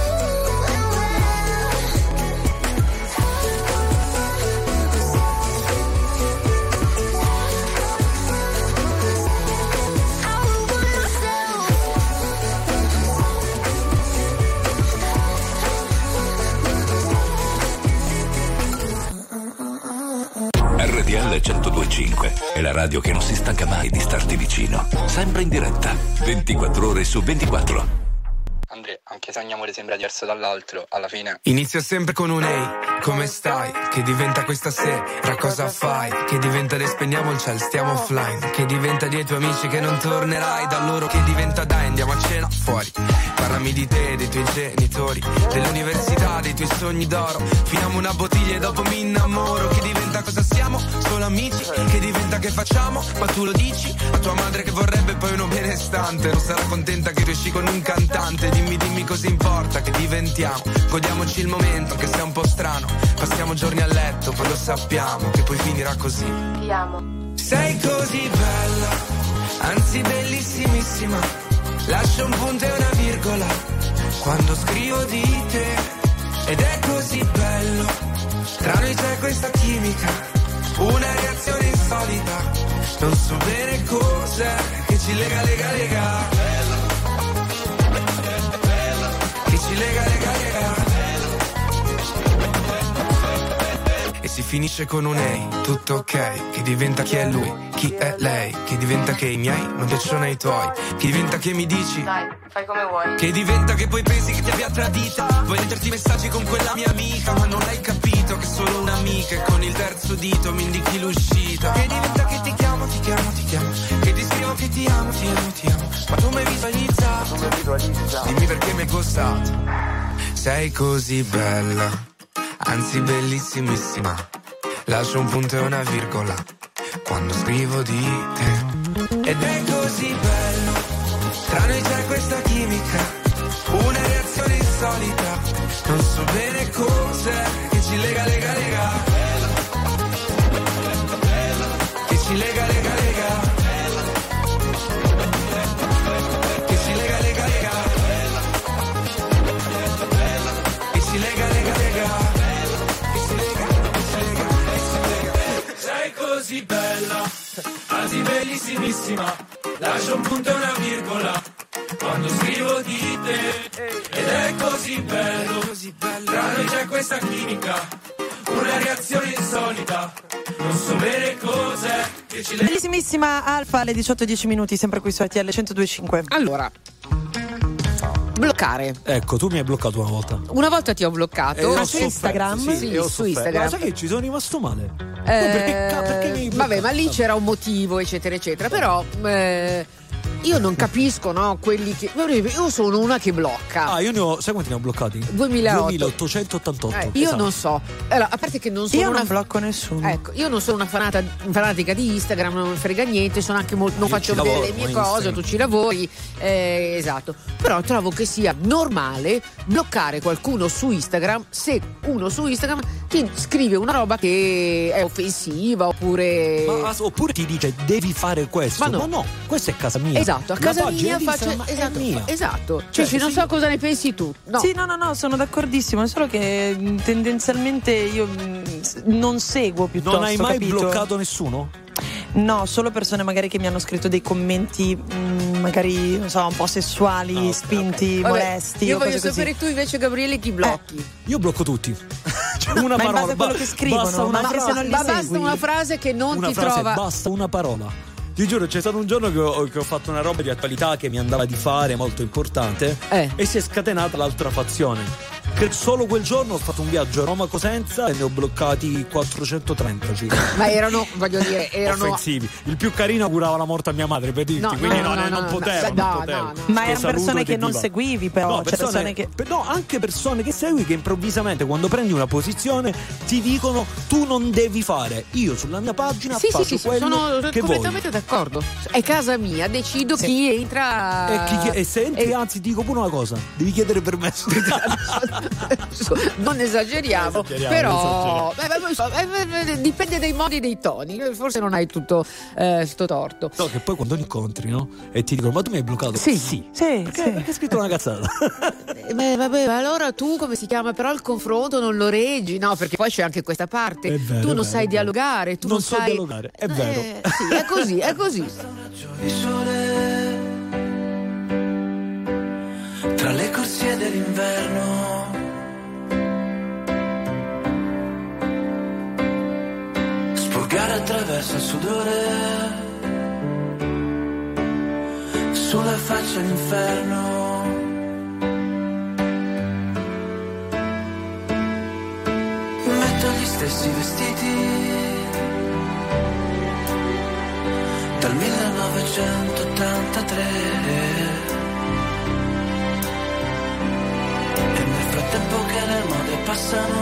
I would want myself. R T L centodue e cinque è la radio che non si stanca mai di starti vicino. Sempre in diretta, ventiquattro ore su ventiquattro. Andrea, anche se ogni amore sembra diverso dall'altro, alla fine Inizia sempre con un ehi, come stai? Che diventa questa sera, cosa fai? Che diventa le spegniamo il ciel, stiamo offline. Che diventa dei tuoi amici che non tornerai da loro. Che diventa dai, andiamo a cena fuori. Parlami di te, dei tuoi genitori, dell'università, dei tuoi sogni d'oro. Finiamo una bottiglia e dopo mi innamoro. Che diventa cosa siamo? Solo amici. Che diventa che facciamo? Ma tu lo dici? A tua madre che vorrebbe poi uno benestante. Non sarà contenta che riesci con un cantante. Dimmi, dimmi cosa importa che diventiamo. Godiamoci il momento che sia un po' strano. Passiamo giorni a letto, poi lo sappiamo che poi finirà così. Ti amo. Sei così bella, anzi bellissimissima. Lascio un punto e una virgola quando scrivo di te. Ed è così bello, tra noi c'è questa chimica, una reazione insolita. Non so bene cos'è che ci lega, lega, lega. Che ci lega, lega, lega. E si finisce con un ehi, tutto ok. Che diventa chi è lui, chi è lei. Che diventa che i miei non piacciono ai tuoi. Che diventa che mi dici Dai, fai come vuoi. che diventa che poi pensi che ti abbia tradita. Vuoi leggerti i messaggi con quella mia amica, ma non hai capito che è solo un'amica. E con il terzo dito mi indichi l'uscita. Che diventa che ti chiamo, ti chiamo, ti chiamo. Che ti scrivo che ti amo, ti amo, ti amo. Ma tu mi hai visualizzato, dimmi perché mi hai costato. Sei così bella, anzi bellissimissima. Lascio un punto e una virgola quando scrivo di te. Ed è così bello, tra noi c'è questa chimica, una reazione insolita. Non so bene cos'è che ci lega, lega, lega. Che ci lega, lega, lega. Che ci lega, lega, lega. Che ci lega, lega, lega. Sei così bella, anzi bellissimissima. Lascio un punto e una virgola quando scrivo di te. Ed è così bello, tra noi c'è questa chimica, una reazione insolita, non so bene cos'è che ci lega. Bellissimissima Alfa alle diciotto e dieci minuti, sempre qui su R T L centodue e cinque. Allora, bloccare. Ecco, tu mi hai bloccato una volta. Una volta ti ho bloccato. Eh, Ma ho su sofferto, Instagram? Sì, Sì, e ho su sofferto. Instagram. Ma sai che ci sono rimasto male? Eh, perché, perché mi hai vabbè, bloccato? ma lì c'era un motivo, eccetera, eccetera. Però eh, io non capisco, no? Quelli che. Io sono una che blocca. Ah, io ne ho. Sai quanti ne ho bloccati? duemilaotto. duemilaottocentottantotto. Eh, io esatto. non so. Allora, a parte che non sono Io una non blocco nessuno. Ecco, io non sono una fanata, fanatica di Instagram, non mi frega niente, sono anche molto, non Io faccio ci vedere lavoro le mie con cose, Instagram. tu ci lavori, eh, esatto. Però trovo che sia normale bloccare qualcuno su Instagram se uno su Instagram ti scrive una roba che è offensiva oppure. Ma, oppure ti dice devi fare questo. Ma no. Ma no, questa è casa mia. Esatto, a La casa pagina mia di faccio. Instagram è Esatto, mia. esatto. Cioè, Cioè, non sì. so cosa ne pensi tu. No. Sì, no, no, no, sono d'accordissimo, è solo che mh, tendenzialmente io mh, s- non seguo piuttosto. Non hai mai capito? bloccato nessuno? No, solo persone magari che mi hanno scritto dei commenti mh, magari, non so, un po' sessuali, Ah, ok, spinti, Vabbè, molesti io o voglio cose così. sapere tu invece, Gabriele, chi blocchi. Io blocco tutti. Cioè, una Ma in parola. base a quello ba- che scrivono, basta una ma anche se frase. non li Ma basta segui. una frase che non una ti frase, trova. basta una parola. Ti giuro, c'è stato un giorno che ho, che ho fatto una roba di attualità che mi andava di fare, molto importante, Eh. e si è scatenata l'altra fazione. Che solo quel giorno ho fatto un viaggio a Roma-Cosenza e ne ho bloccati quattrocentotrenta circa. Ma erano, voglio dire, erano. Offensivi. Il più carino augurava la morte a mia madre, per dirti, No, quindi no, non, no, non no, potevo, no, non no, potevo. no, no. Ma Lo erano saluto persone ed che non evviva. seguivi, però. No, cioè persone, persone che. per- no, anche persone che segui che improvvisamente quando prendi una posizione ti dicono tu non devi fare. Io sulla mia pagina Sì, faccio sì, sì, quello sono che completamente d'accordo. È casa mia, decido Sì. chi entra. E, chi- e se entri, e- anzi, ti dico pure una cosa: devi chiedere permesso. non esageriamo, Esageriamo, però beh, beh, non so, eh, eh, dipende dai modi e dei toni. Forse non hai tutto eh, sto torto. No, che poi quando li incontri, no? E ti dicono: ma tu mi hai bloccato? Sì. sì. Sì, Perché, sì. perché hai scritto una cazzata? Eh, Beh, vabbè, ma allora tu come si chiama? Però il confronto non lo reggi, no? Perché poi c'è anche questa parte. È vero, tu è non vero, sai è vero. dialogare, tu Non non, so sai. dialogare, è Eh, vero. Sì, è così, è così. di sole tra le corsie dell'inverno, sporgare attraverso il sudore sulla faccia l'inferno. Metto gli stessi vestiti dal millenovecentottantatré e nel frattempo che le mode passano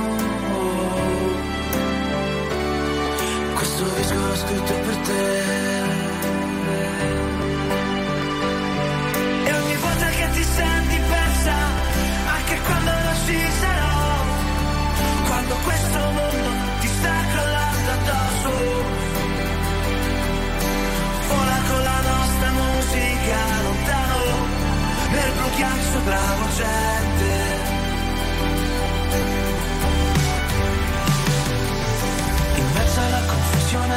questo disco l'ho scritto per te. E ogni volta che ti senti persa, anche quando non ci sarò, quando questo mondo ti sta crollando addosso, vola con la nostra musica lontano nel blu ghiaccio travolgente. In mezzo alla confusione,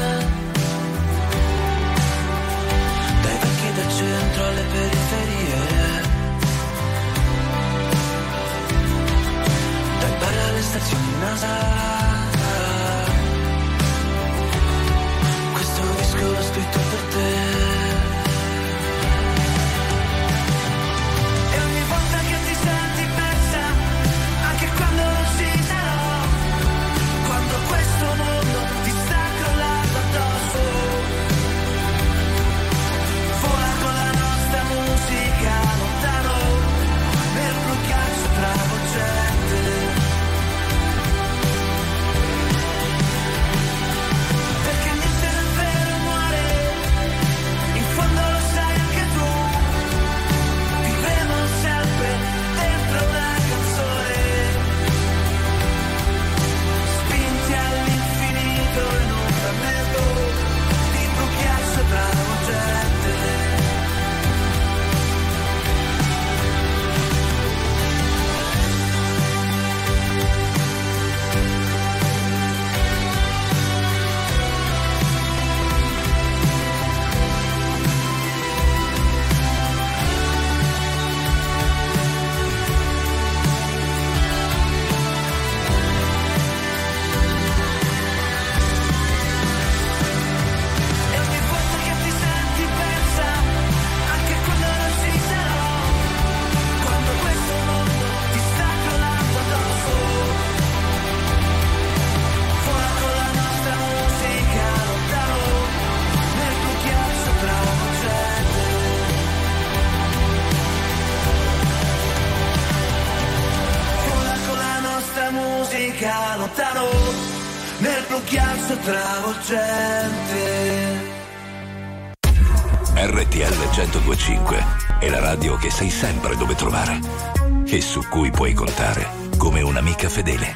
dai vecchi del centro alle periferie, dai bar alle stazioni NASA, questo disco l'ho scritto per te. E ogni volta che ti senti tuo ghiaccio travolgente. R T L centodue e cinque è la radio che sai sempre dove trovare e su cui puoi contare come un'amica fedele.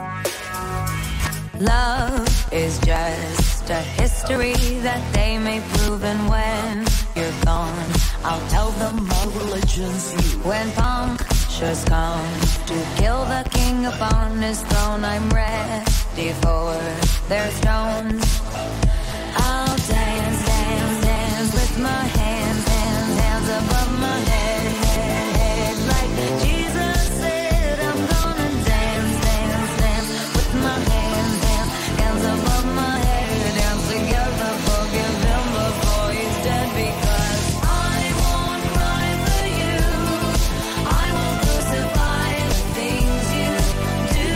Love is just a history that they may prove, and when you're gone, I'll tell them my religion's you. When punctures come to kill the king upon his throne, I'm ready for their stones. I'll dance, dance, dance with my hands, hands, hands above my head, head, head, like Jesus said. I'm gonna dance, dance, dance with my hands, hands, hands above my head, dance together, forgive him before he's dead, because I won't cry for you, I won't crucify the things you do,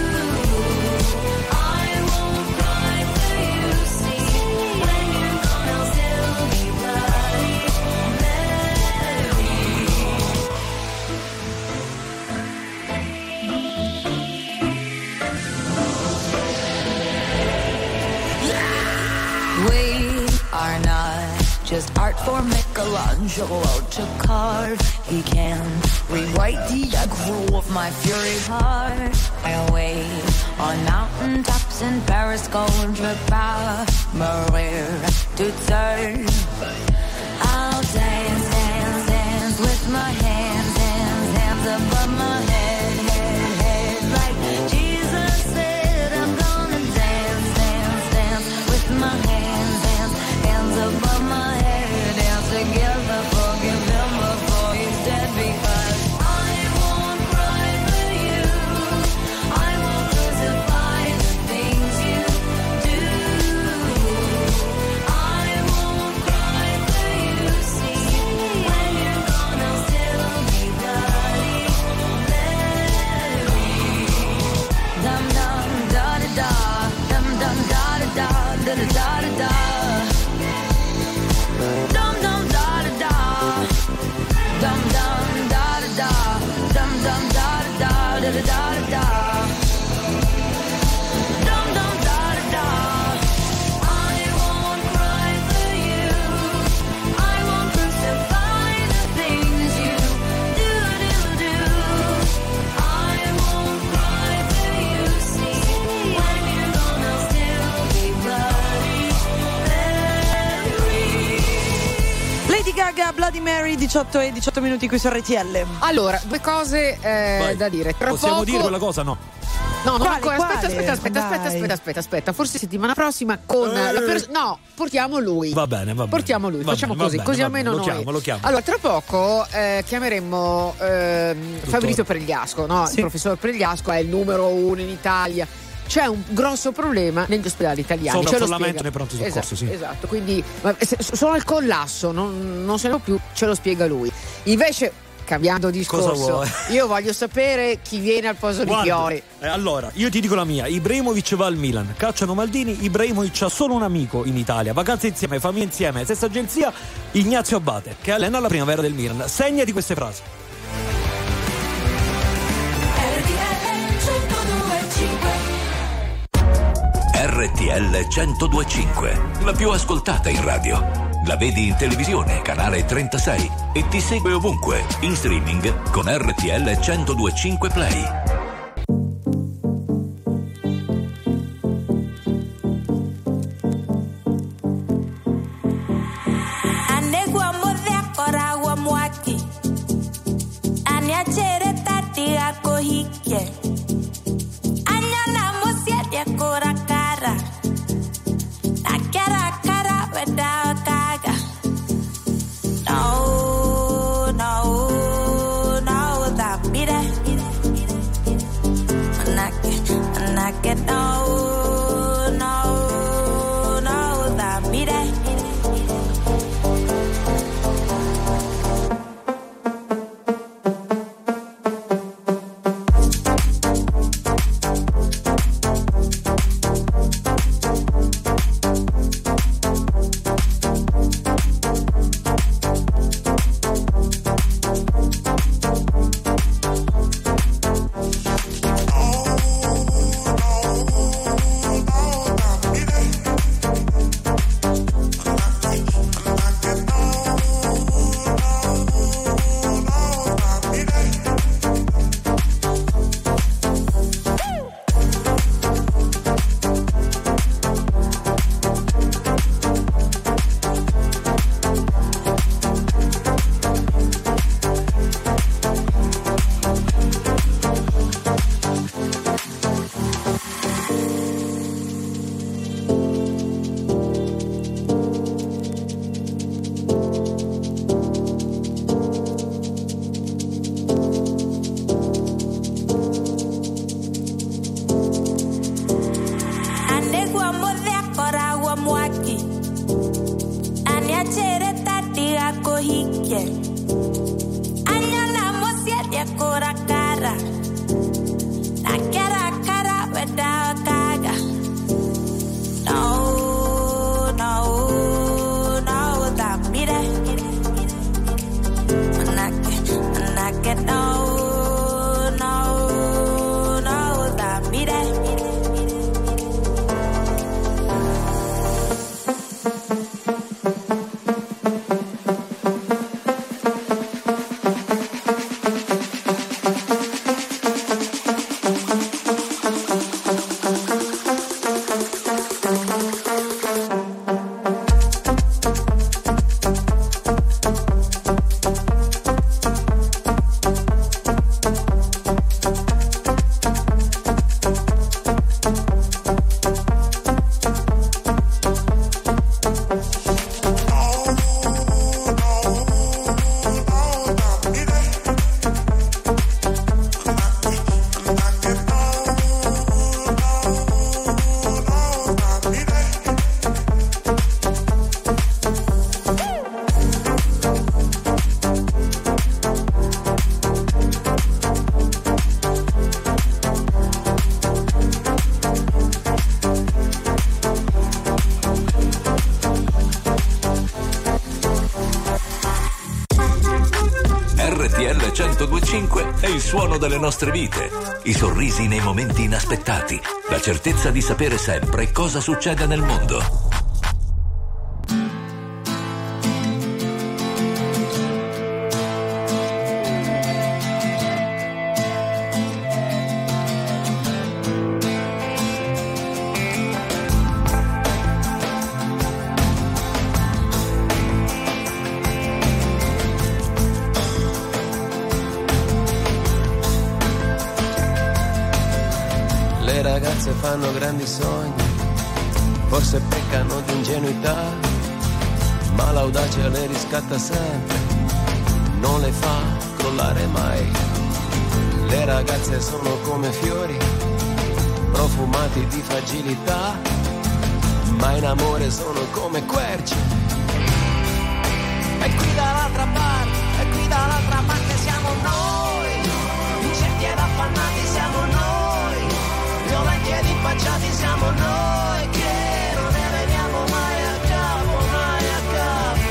I won't cry for you, see, when you're gone I'll still be bloody Mary. We are not just art for Michelangelo to carve. He can rewrite the aggro of my fury heart. I wait on mountain tops in Paris, going to power, Maria to turn. I'll dance, dance, dance with my hands, hands, hands above my head, head, head, like Jesus said. I'm gonna dance, dance, dance with my hands, hands, hands above my head, dance together, forgive him before he's dead, because I won't cry for you, I won't crucify the things you do, I won't cry for you, see, when you're gone I'll still be bloody Mary. Dum dum da da da, dum dum da da da, da da da da da. Dum dum da da da, dum dum da da da, dum dum da da da, da da da da. Dum dum da da da. I won't cry for you, I won't crucify the things you do do do. I won't cry for you, see, when you're gone I'll still be bloody Mary. Lady Gaga, Bloody Mary, diciotto e diciotto minuti qui su R T L. Allora, due cose eh, Vai. da dire. Tra Possiamo poco... dire quella cosa? No. No, non Quale, ancora. quale? Aspetta, aspetta, aspetta, Dai. aspetta, aspetta, aspetta, aspetta. Forse settimana prossima con Eh. la pers- no, portiamo lui. Va bene, va bene. Portiamo lui, Va facciamo bene, così, va così bene, va almeno bene. Lo noi. chiamo, lo chiamo. Allora, tra poco eh, chiameremo ehm, Fabrizio Pregliasco, no? Sì. Il professor Pregliasco è il numero uno in Italia. C'è un grosso problema negli ospedali italiani. Ce lo Sovraffollamento spiega. nei pronti soccorso, esatto, sì. Esatto, quindi ma, se- sono al collasso, non, non se ne può più, ce lo spiega lui. Invece, cambiando Cosa discorso, vuoi? io voglio sapere chi viene al posto di Guarda, Pioli. eh, allora, io ti dico la mia. Ibrahimovic va al Milan, cacciano Maldini. Ibrahimovic ha solo un amico in Italia, vacanze insieme, famiglia insieme, stessa agenzia, Ignazio Abate, che allena la primavera del Milan. Segnati queste frasi. R T L centodue e cinque, la più ascoltata in radio. La vedi in televisione, canale trentasei, e ti segue ovunque, in streaming con R T L centodue e cinque Play. Anegua modea koragua mwaki. Aniachere tati ako hike. Anyana musiadia kora kara. Nakera kara weda kaga. No, no, no, that be that. Anake, anake, no, no, no, that be that. pura cara. La cara cara without cara. No, no, no, damire. Manake, manake, no, no, no, damire. centodue e cinque è il suono delle nostre vite, i sorrisi nei momenti inaspettati, la certezza di sapere sempre cosa succede nel mondo. Fanno grandi sogni, forse peccano di ingenuità, ma l'audacia le riscatta sempre, non le fa crollare mai. Le ragazze sono come fiori, profumati di fragilità, ma in amore sono come querce. E qui dall'altra parte, e qui dall'altra parte siamo noi, incerti ed affannati siamo noi, violenti ed impacciati siamo noi, che non ne veniamo mai a capo, mai a capo.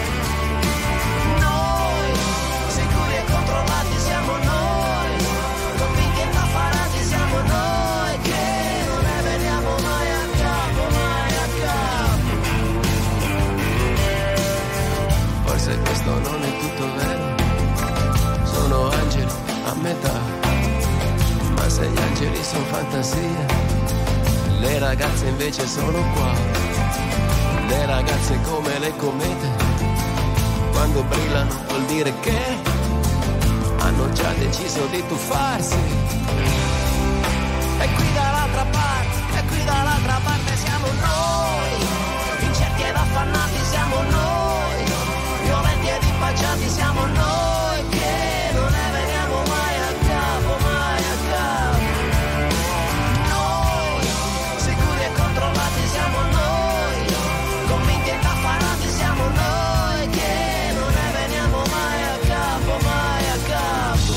Noi, sicuri e controllati siamo noi, convinti e indaffarati siamo noi, che non ne veniamo mai a capo, mai a capo. Forse questo non è tutto vero, sono angeli a metà, ma se gli angeli sono fantasia, le ragazze invece sono qua. Le ragazze come le comete, quando brillano vuol dire che hanno già deciso di tuffarsi. E qui dall'altra parte, e qui dall'altra parte siamo noi, incerti ed affannati siamo noi, violenti ed impacciati siamo noi, che non ne veniamo mai a capo, mai a capo. Controllati siamo noi, convinti e indaffarati siamo noi, che non ne veniamo mai a capo, mai a capo.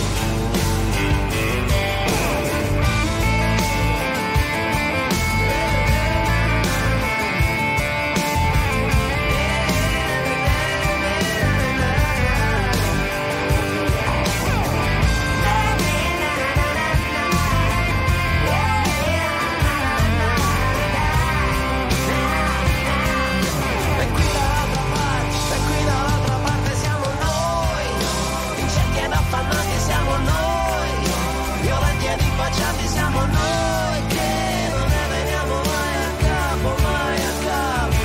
Siamo noi, violenti ed impacciati siamo noi, che non ne veniamo mai a capo, mai a capo.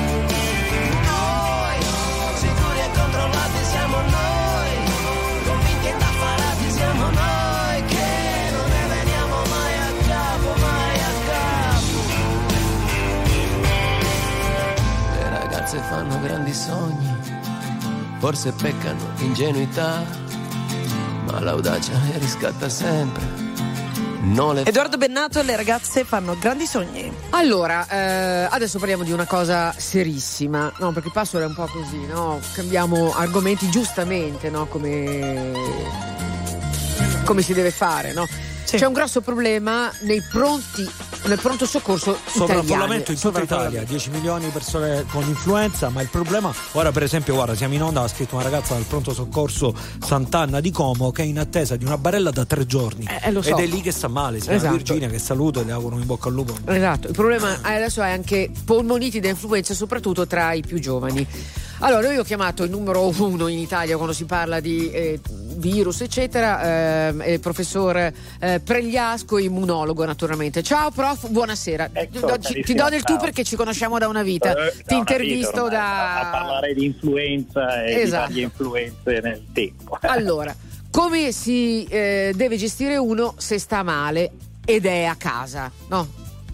Noi, sicuri e controllati siamo noi, convinti e indaffarati siamo noi, che non ne veniamo mai a capo, mai a capo. Le ragazze fanno grandi sogni, forse peccano di ingenuità, ma l'audacia le riscatta sempre. Non le... Edoardo Bennato e le ragazze fanno grandi sogni. Allora, eh, adesso parliamo di una cosa serissima, no? Perché il passo è un po' così, no? Cambiamo argomenti giustamente, no? Come come si deve fare, no? Sì. C'è un grosso problema nei pronti nel pronto soccorso sovraffollamento italiani. in tutta Italia, dieci milioni di persone con influenza, ma il problema ora, per esempio, guarda, siamo in onda, ha scritto una ragazza del pronto soccorso Sant'Anna di Como che è in attesa di una barella da tre giorni eh, lo so. ed è lì che sta male, si chiama esatto. Virginia, che saluto e le auguro in bocca al lupo. Esatto, il problema adesso è anche polmoniti da influenza, soprattutto tra i più giovani. Allora, io ho chiamato il numero uno in Italia quando si parla di eh, virus eccetera, eh, il professor eh, Pregliasco, immunologo naturalmente. Ciao prof, buonasera. Ecco, do, ci, ti do del tu perché ci conosciamo da una vita, eh, ti intervisto da... a parlare di influenza e esatto. di varie influenze nel tempo. Allora, come si eh, deve gestire uno se sta male ed è a casa, no?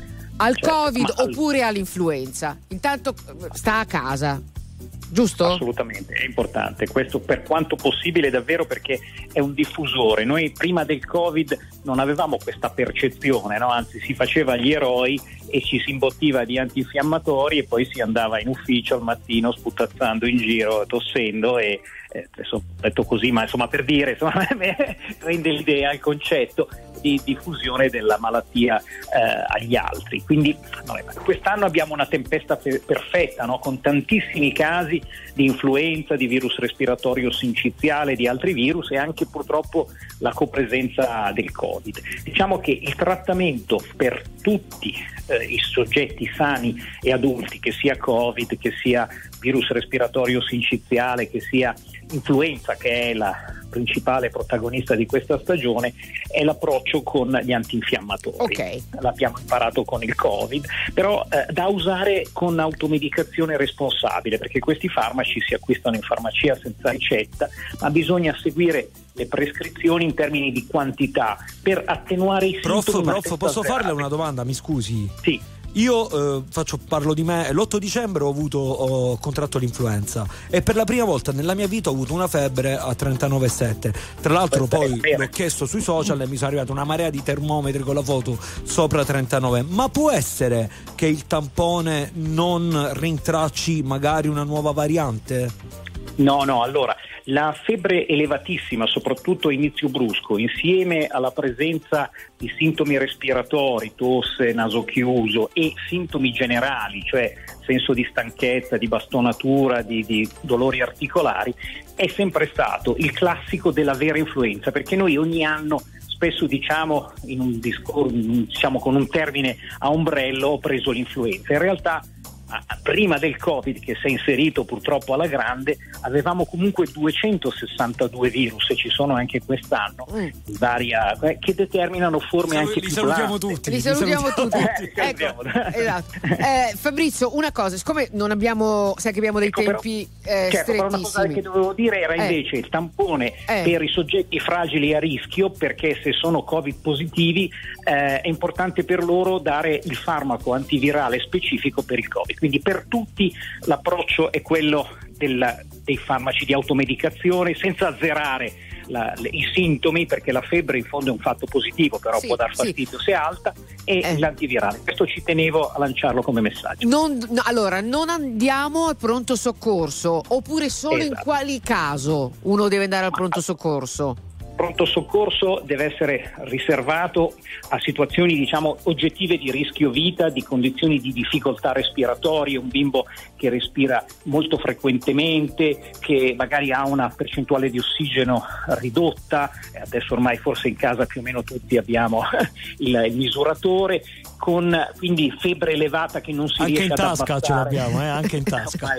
Al certo, Covid ma... oppure all'influenza? Intanto sta a casa. Giusto? Assolutamente, è importante questo per quanto possibile davvero, perché è un diffusore. Noi prima del Covid non avevamo questa percezione, no? Anzi si faceva gli eroi e ci si imbottiva di antinfiammatori e poi si andava in ufficio al mattino sputazzando in giro, tossendo e eh, adesso ho detto così, ma insomma per dire, insomma, rende l'idea, il concetto di diffusione della malattia eh, agli altri. Quindi no, quest'anno abbiamo una tempesta per- perfetta, no? Con tantissimi casi di influenza, di virus respiratorio sinciziale, di altri virus e anche purtroppo la copresenza del Covid. Diciamo che il trattamento per tutti eh, i soggetti sani e adulti, che sia Covid, che sia virus respiratorio sinciziale, che sia influenza, che è la principale protagonista di questa stagione, è l'approccio con gli antinfiammatori. Okay. L'abbiamo imparato con il Covid, però eh, da usare con automedicazione responsabile, perché questi farmaci si acquistano in farmacia senza ricetta, ma bisogna seguire le prescrizioni in termini di quantità per attenuare i prof, sintomi. Prof, posso azzerare. farle una domanda, mi scusi? Sì. Io eh, faccio, parlo di me, l'otto dicembre ho avuto ho contratto l'influenza e per la prima volta nella mia vita ho avuto una febbre a trentanove virgola sette. Tra l'altro poi l'ho chiesto sui social e mi sono arrivata una marea di termometri con la foto sopra trentanove. Ma può essere che il tampone non rintracci magari una nuova variante? No, no, allora la febbre elevatissima, soprattutto a inizio brusco, insieme alla presenza di sintomi respiratori, tosse, naso chiuso e sintomi generali, cioè senso di stanchezza, di bastonatura, di, di dolori articolari, è sempre stato il classico della vera influenza, perché noi ogni anno spesso diciamo in un discorso, diciamo con un termine a ombrello, ho preso l'influenza. In realtà prima del Covid, che si è inserito purtroppo alla grande, avevamo comunque duecentosessantadue virus e ci sono anche quest'anno mm. varia, eh, che determinano forme Sal- anche li più salutiamo blande. tutti li, li salutiamo, salutiamo tutti, tutti. ecco, esatto. eh, Fabrizio, una cosa, siccome non abbiamo sai che abbiamo dei ecco, tempi però, eh, certo, però una cosa che dovevo dire era eh. invece il tampone eh. per i soggetti fragili a rischio, perché se sono Covid positivi eh, è importante per loro dare il farmaco antivirale specifico per il Covid, quindi per tutti l'approccio è quello del, dei farmaci di automedicazione, senza azzerare la, le, i sintomi, perché la febbre in fondo è un fatto positivo, però sì, può dar fastidio sì. se è alta, e eh. l'antivirale. Questo ci tenevo a lanciarlo come messaggio. Non, no, allora, non andiamo al pronto soccorso, oppure solo esatto. in quali caso uno deve andare al pronto soccorso? Pronto soccorso deve essere riservato a situazioni diciamo oggettive di rischio vita, di condizioni di difficoltà respiratorie, un bimbo che respira molto frequentemente, che magari ha una percentuale di ossigeno ridotta, adesso ormai forse in casa più o meno tutti abbiamo il, il misuratore, con quindi febbre elevata che non si anche riesce in ad tasca abbassare. Ce l'abbiamo, eh? Anche in tasca.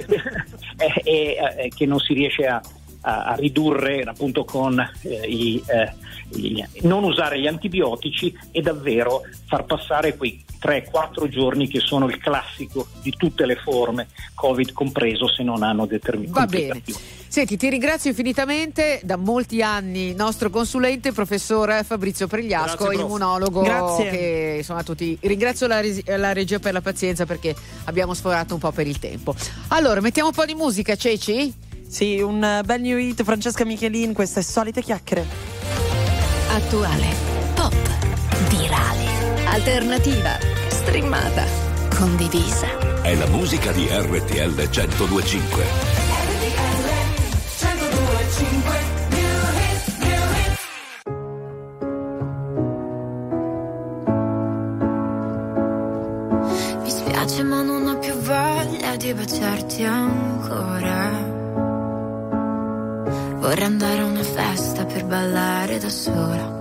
e, e, e che non si riesce a A, a ridurre appunto con eh, i, eh, i, non usare gli antibiotici e davvero far passare quei tre quattro giorni che sono il classico di tutte le forme, Covid compreso, se non hanno determinato. Va bene. Senti, ti ringrazio infinitamente, da molti anni nostro consulente, professor Fabrizio Pregliasco, Grazie, immunologo. Grazie. Che insomma tutti ringrazio la, la regia per la pazienza, perché abbiamo sforato un po' per il tempo. Allora, mettiamo un po' di musica, Ceci? Sì, un bel new hit, Francesca Michelin, queste solite chiacchiere. Attuale, pop, virale, alternativa, streamata, condivisa. È la musica di R T L centodue e cinque. di baciarti ancora. Vorrei andare a una festa per ballare da sola,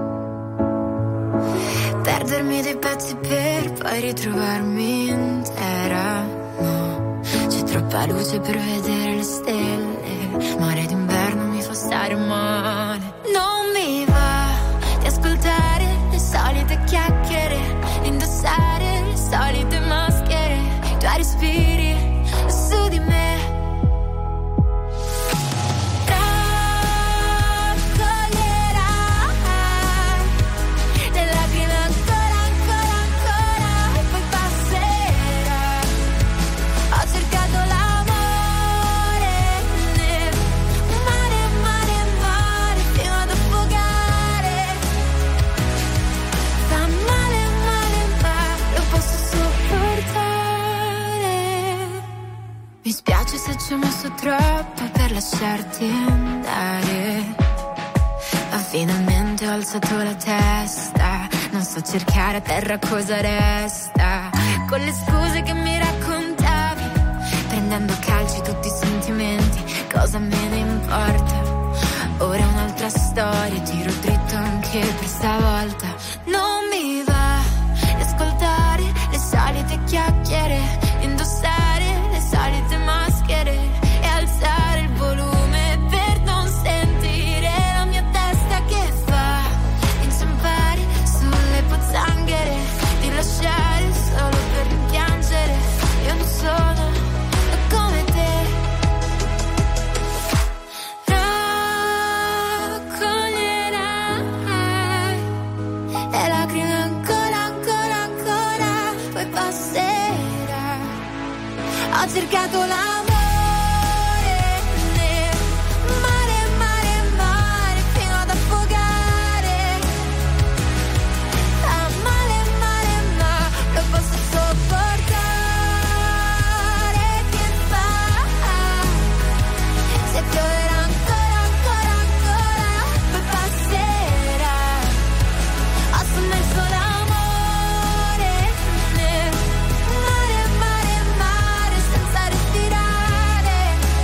perdermi dei pezzi per poi ritrovarmi intera. No, c'è troppa luce per vedere le stelle, mare d'inverno mi fa stare male. Non mi va di ascoltare le solite chiacchiere, indossare le solite maschere, i tuoi respiri su di me. Mi spiace se ci ho messo troppo per lasciarti andare, ma finalmente ho alzato la testa. Non so cercare a terra cosa resta, con le scuse che mi raccontavi, prendendo a calci tutti i sentimenti. Cosa me ne importa? Ora è un'altra storia, tiro dritto anche per stavolta. Non mi va di ascoltare le solite chiacchiere, indossare le solite maschere e alzare il volume per non sentire la mia testa che fa inciampare sulle pozzanghere, di lasciare solo per rimpiangere. Io non sono come te. Raccoglierai le lacrime ancora, ancora, ancora, poi passerà. Ho cercato l'amore nel mare, mare, mare, fino ad affogare. Ah, male, male, ma lo posso sopportare. Che fa? Se pioverà ancora, ancora, ancora, poi passerà. Ho sommerso l'amore nel mare, mare, mare, senza respirare.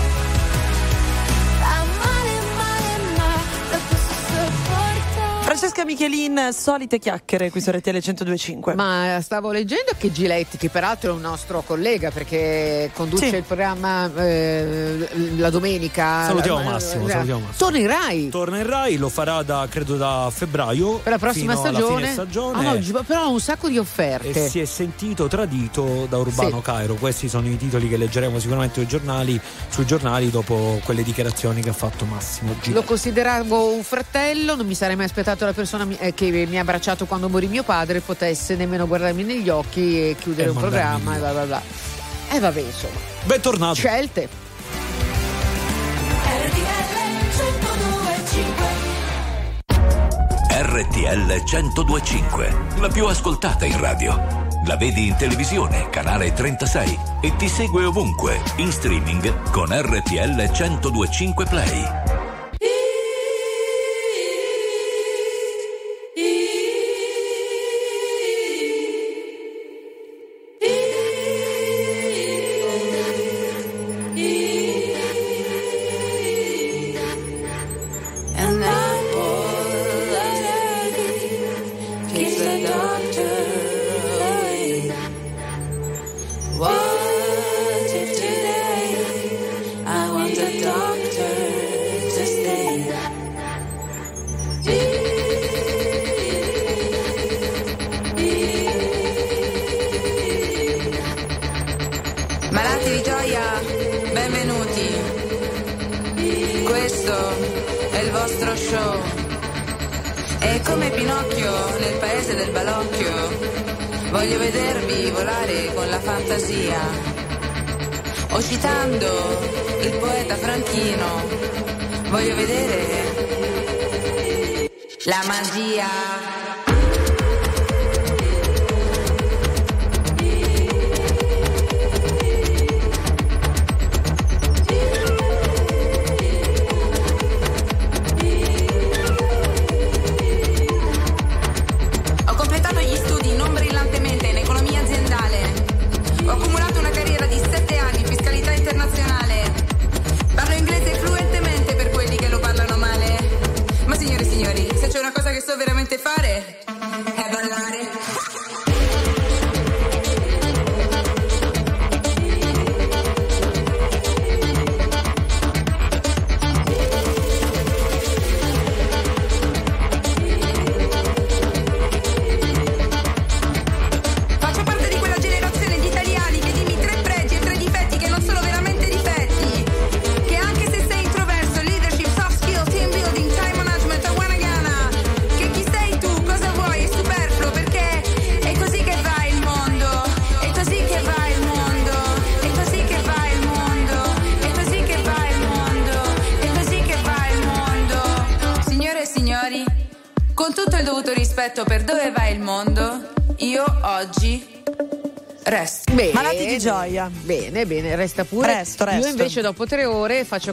Fa male, male, ma lo posso sopportare. Francesca Michelin, solite chiacchiere qui su R T L centodue e cinque. Ma stavo leggendo che Giletti, che peraltro è un nostro collega perché conduce Sì. il programma eh, la domenica. Salutiamo la- Massimo, la- salutiamo Massimo. Torna in Rai Torna in Rai, lo farà da credo da febbraio per la prossima fino alla stagione. fine stagione. Ah, no, gi- però ha un sacco di offerte. E si è sentito tradito da Urbano Sì. Cairo. Questi sono i titoli che leggeremo sicuramente sui giornali, sui giornali dopo quelle dichiarazioni che ha fatto Massimo Lo Giletti. consideravo un fratello, non mi sarei mai aspettato la persona mi- eh, che mi ha abbracciato quando morì mio padre potesse nemmeno guardarmi negli occhi e chiudere E un mandarmi programma e via. bla bla bla. E vabbè, insomma. Bentornato. Scelte. R T L centodue e cinque, la più ascoltata in radio. La vedi in televisione, canale trentasei, e ti segue ovunque, in streaming con R T L centodue e cinque Play. And that boy keeps the doctor away. What if today I want the doctor to stay? Malati di gioia, benvenuti. Questo è il vostro show. E come Pinocchio nel paese del balocchio, voglio vedervi volare con la fantasia. O citando il poeta Franchino, voglio vedere la magia. Ho completato gli studi non brillantemente in economia aziendale. Ho accumulato una carriera di sette anni ballare, e ballare. Faccio parte di quella generazione di italiani che dimmi tre pregi e tre difetti che non sono veramente difetti. Che anche se sei introverso, leadership, soft skill, team building, time management, a wanna gana. Che chi sei tu, cosa vuoi, è superfluo perché è così che va il mondo. È così che va il mondo. È così che va il mondo. È così che va il mondo. È così che va il mondo. Signore e signori, con tutto il dovuto rispetto per dove va il mondo, io oggi resto. Bene, Malati di gioia. Bene, bene, resta pure. Resto, resto. Io invece dopo tre ore faccio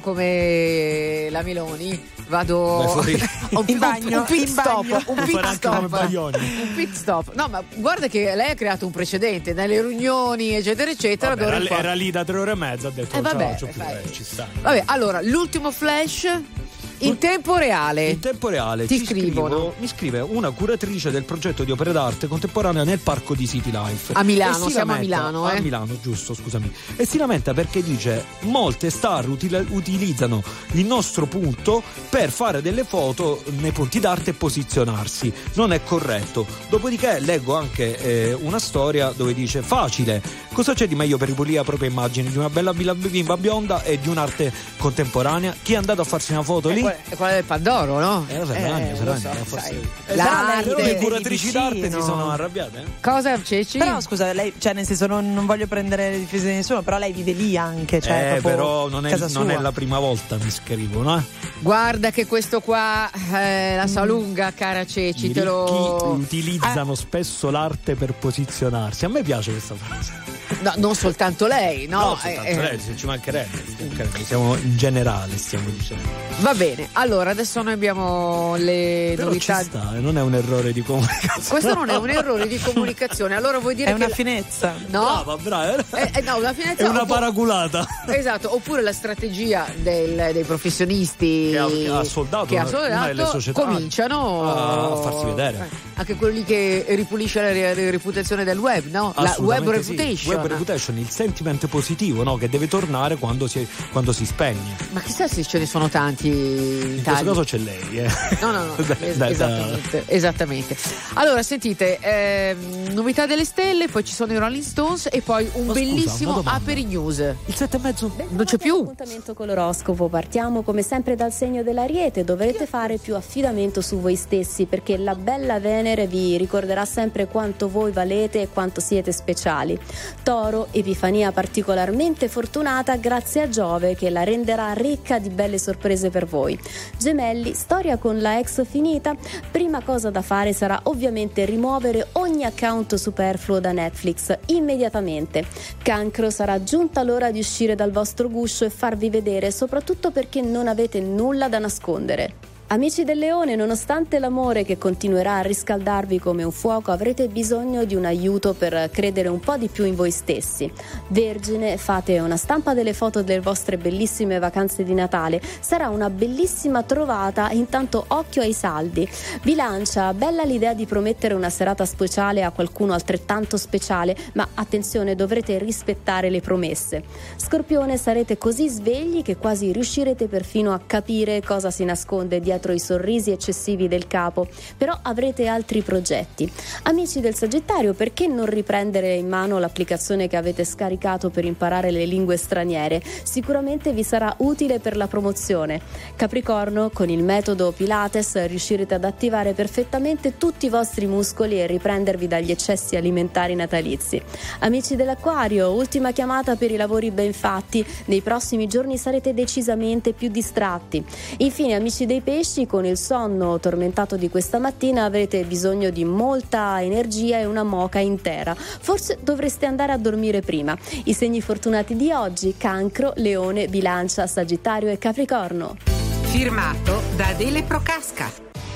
come la Meloni, vado Vai fuori. un, In bagno, un pit in stop, bagno. un Puoi pit fare anche come stop. Baglioni. Un pit stop. No, ma guarda che lei ha creato un precedente nelle riunioni, eccetera, eccetera. Vabbè, d'ora era, in poi- era lì da tre ore e mezza, ha detto Eh, vabbè, ciao, ciao, più, fai. eh, ci sta. Vabbè, allora, l'ultimo flash in tempo reale. In tempo reale Ti ci scrivono. scrivo- mi scrive una curatrice del progetto di opere d'arte contemporanea nel parco di City Life. A Milano, E si siamo a lamenta- Milano, eh. A Milano, giusto, scusami. E si lamenta perché dice molte star util- utilizzano il nostro punto per fare delle foto nei punti d'arte e posizionarsi. Non è corretto. Dopodiché leggo anche eh, una storia dove dice facile. Cosa c'è di meglio per ripulire la propria immagine di una bella bimba bionda e di un'arte contemporanea? Chi è andato a farsi una foto lì? È quella del Pandoro, no? Eh, lo sai, Melania, lo Melania, so, forse- sai. Eh, L'arte. però le vedi curatrici vicino. d'arte si sono arrabbiate. eh? Cosa, Ceci? Però scusa, lei, cioè nel senso non, non voglio prendere le difese di nessuno, però lei vive lì anche, cioè eh, proprio però non è, casa non è sua. la prima volta mi scrivono, eh? Guarda che questo qua eh, la sa lunga, cara Ceci, I te lo... ricchi utilizzano spesso l'arte per posizionarsi. A me piace questa frase. No, non soltanto lei, no? No, soltanto Eh, lei, se ci mancherebbe. ci mancherebbe. Siamo in generale, stiamo dicendo. Va bene, allora adesso noi abbiamo le Però novità. ci sta, eh, non è un errore di comunicazione. Questo non è un errore di comunicazione, allora vuol dire È che una la- finezza. No, Brava, brava. Eh, eh, no, una finezza È una oppo- paraculata. Esatto, oppure la strategia del- dei professionisti Che ha- che ha soldato che ha una- soldato, una delle società cominciano a farsi vedere. Eh, anche quelli che ripulisce la re- reputazione del web, no? La web Assolutamente sì. reputation. Web reputation, il sentiment positivo, no? Che deve tornare quando si, quando si spegne. Ma chissà se ce ne sono tanti in In Italia. questo caso c'è lei, eh. No, no, no, Da- es- da- da- esattamente, esattamente. Allora, sentite, ehm, novità delle stelle, poi ci sono i Rolling Stones e poi un Ma scusa, bellissimo una domanda. Aperi News. Il sette e mezzo? Non c'è più. Appuntamento con l'oroscopo. Partiamo come sempre dal segno dell'Ariete. Dovrete fare più affidamento su voi stessi perché la bella Venere vi ricorderà sempre quanto voi valete e quanto siete speciali. Toro, epifania particolarmente fortunata grazie a Giove che la renderà ricca di belle sorprese per voi. Gemelli, storia con la ex finita? Prima cosa da fare sarà ovviamente rimuovere ogni account superfluo da Netflix immediatamente. Cancro, sarà giunta l'ora di uscire dal vostro guscio e farvi vedere, soprattutto perché non avete nulla da nascondere. Amici del Leone, nonostante l'amore che continuerà a riscaldarvi come un fuoco, avrete bisogno di un aiuto per credere un po' di più in voi stessi. Vergine, fate una stampa delle foto delle vostre bellissime vacanze di Natale. Sarà una bellissima trovata, intanto occhio ai saldi. Bilancia, bella l'idea di promettere una serata speciale a qualcuno altrettanto speciale, ma attenzione, dovrete rispettare le promesse. Scorpione, sarete così svegli che quasi riuscirete perfino a capire cosa si nasconde dietro i sorrisi eccessivi del capo, però avrete altri progetti. Amici del Sagittario, perché non riprendere in mano l'applicazione che avete scaricato per imparare le lingue straniere? Sicuramente vi sarà utile per la promozione. Capricorno, con il metodo Pilates riuscirete ad attivare perfettamente tutti i vostri muscoli e riprendervi dagli eccessi alimentari natalizi. Amici dell'Acquario, ultima chiamata per i lavori ben fatti. Nei prossimi giorni sarete decisamente più distratti. Infine, amici dei Pesci, con il sonno tormentato di questa mattina avrete bisogno di molta energia e una moka intera. Forse dovreste andare a dormire prima. I segni fortunati di oggi: Cancro, Leone, Bilancia, Sagittario e Capricorno. Firmato da Adele Procasca.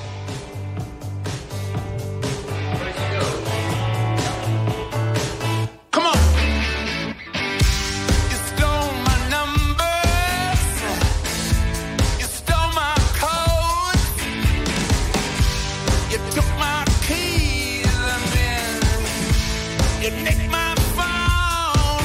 Come on. You stole my numbers. You stole my code. You took my You nicked my phone,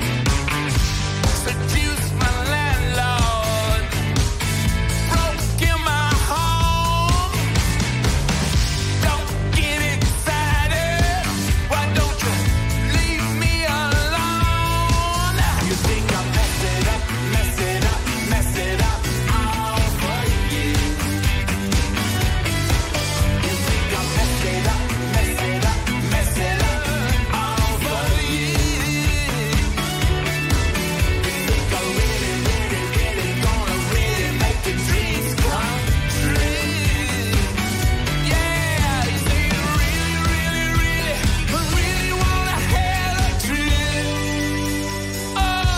seduced my landlord, broke in my home. Don't get excited, why don't you leave me alone? You think I mess it up, mess it up, mess it up all for you. You think I mess it up, mess it up, mess it up all for you. You think I really, really, really gonna really make your dreams come true. Yeah, you say you really, really, really, really wanna have a dream. Oh,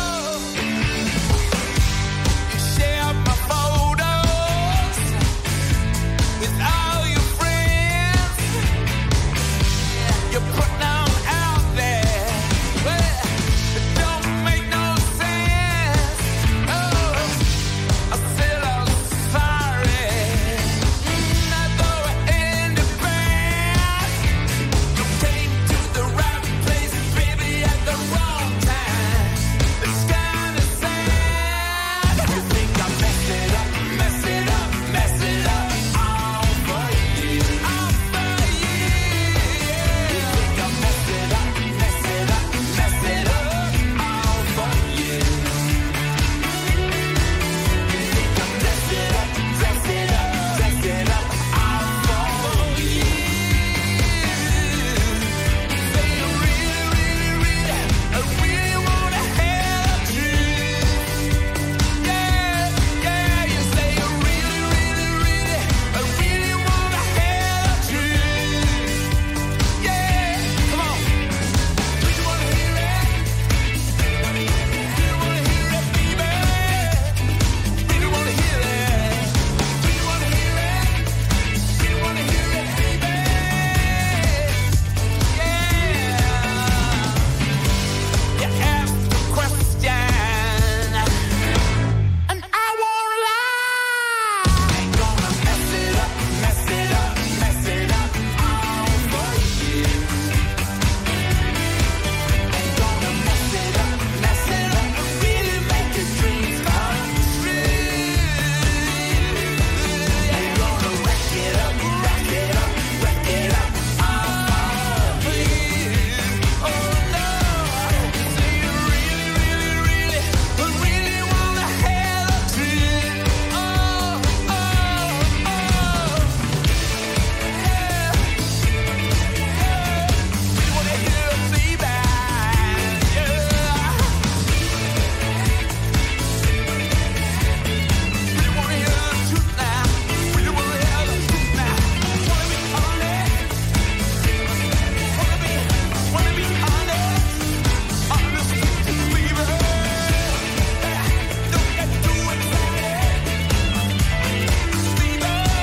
you share my photos with all your friends. You put them out there, well, it don't make no sense. Oh, I said I'm sorry. Mm, I thought we ended bad. You came to the right place, baby, at the wrong time. It's kinda sad. You think I messed it up, mess it up, mess it up all for you, all for you. You think I messed it up, mess it up, mess it up all for you. You think I dress it up, dress it up, dress it up all for you. Say you really, really, really, I really wanna have a dream. Yeah, yeah, you say you really, really, really, I really wanna have a dream. Yeah, come on. Do you wanna hear it? Do you wanna hear it, baby? Do you wanna hear it? Do you wanna hear it? Do you wanna hear it, baby? Yeah. You asked the question, and I won't lie. Ain't gonna mess it up, mess it up, mess it up all for you. Ain't gonna mess it up, mess it up, really make your dreams come true. Ain't gonna wreck it up, wreck it up, wreck it up all for you. Oh no, say you really, really, really, really wanna have a dream. Oh, oh, oh. Yeah. We wanna hear it, baby. Yeah. We wanna hear the truth now. We wanna hear the truth now. Wanna be honest. Wanna be, wanna be honest. Honest, baby. Don't get too excited. Baby,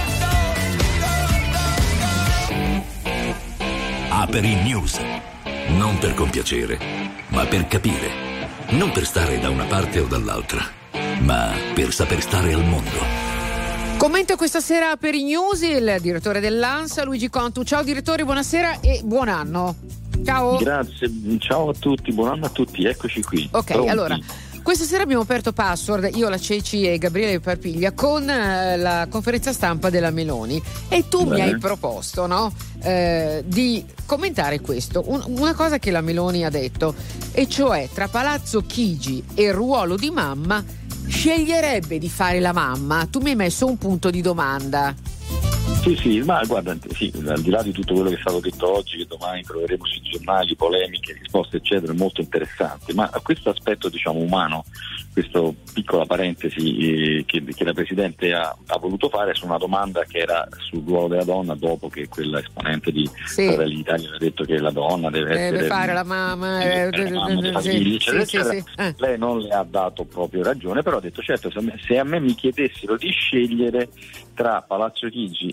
no, no, no, no. Aperi News. Non per compiacere, ma per capire. Non per stare da una parte o dall'altra, ma per saper stare al mondo. Commento questa sera per i news il direttore dell'ANSA, Luigi Contu. Ciao direttore, buonasera e buon anno. Ciao. Grazie, ciao a tutti, buon anno a tutti, eccoci qui. Ok, Pronti? allora, questa sera abbiamo aperto Password, io, la Ceci e Gabriele Parpiglia, con eh, la conferenza stampa della Meloni, e tu mi Bene. hai proposto, no, eh, di commentare questo, un- una cosa che la Meloni ha detto, e cioè tra Palazzo Chigi e il ruolo di mamma sceglierebbe di fare la mamma. Tu mi hai messo un punto di domanda. Sì, sì, ma guarda, sì, al di là di tutto quello che è stato detto oggi, che domani troveremo sui giornali, polemiche, risposte eccetera, è molto interessante, ma a questo aspetto diciamo umano, questa piccola parentesi eh, che, che la Presidente ha, ha voluto fare su una domanda che era sul ruolo della donna, dopo che quella esponente di Sì. Fratelli d'Italia aveva detto che la donna deve, Deve essere fare la mamma, deve eh, essere eh, mamma di eh, famiglia, sì, eccetera, sì, eccetera. sì, sì. Eh. Lei non le ha dato proprio ragione, però ha detto certo, se a me, se a me mi chiedessero di scegliere tra Palazzo Chigi e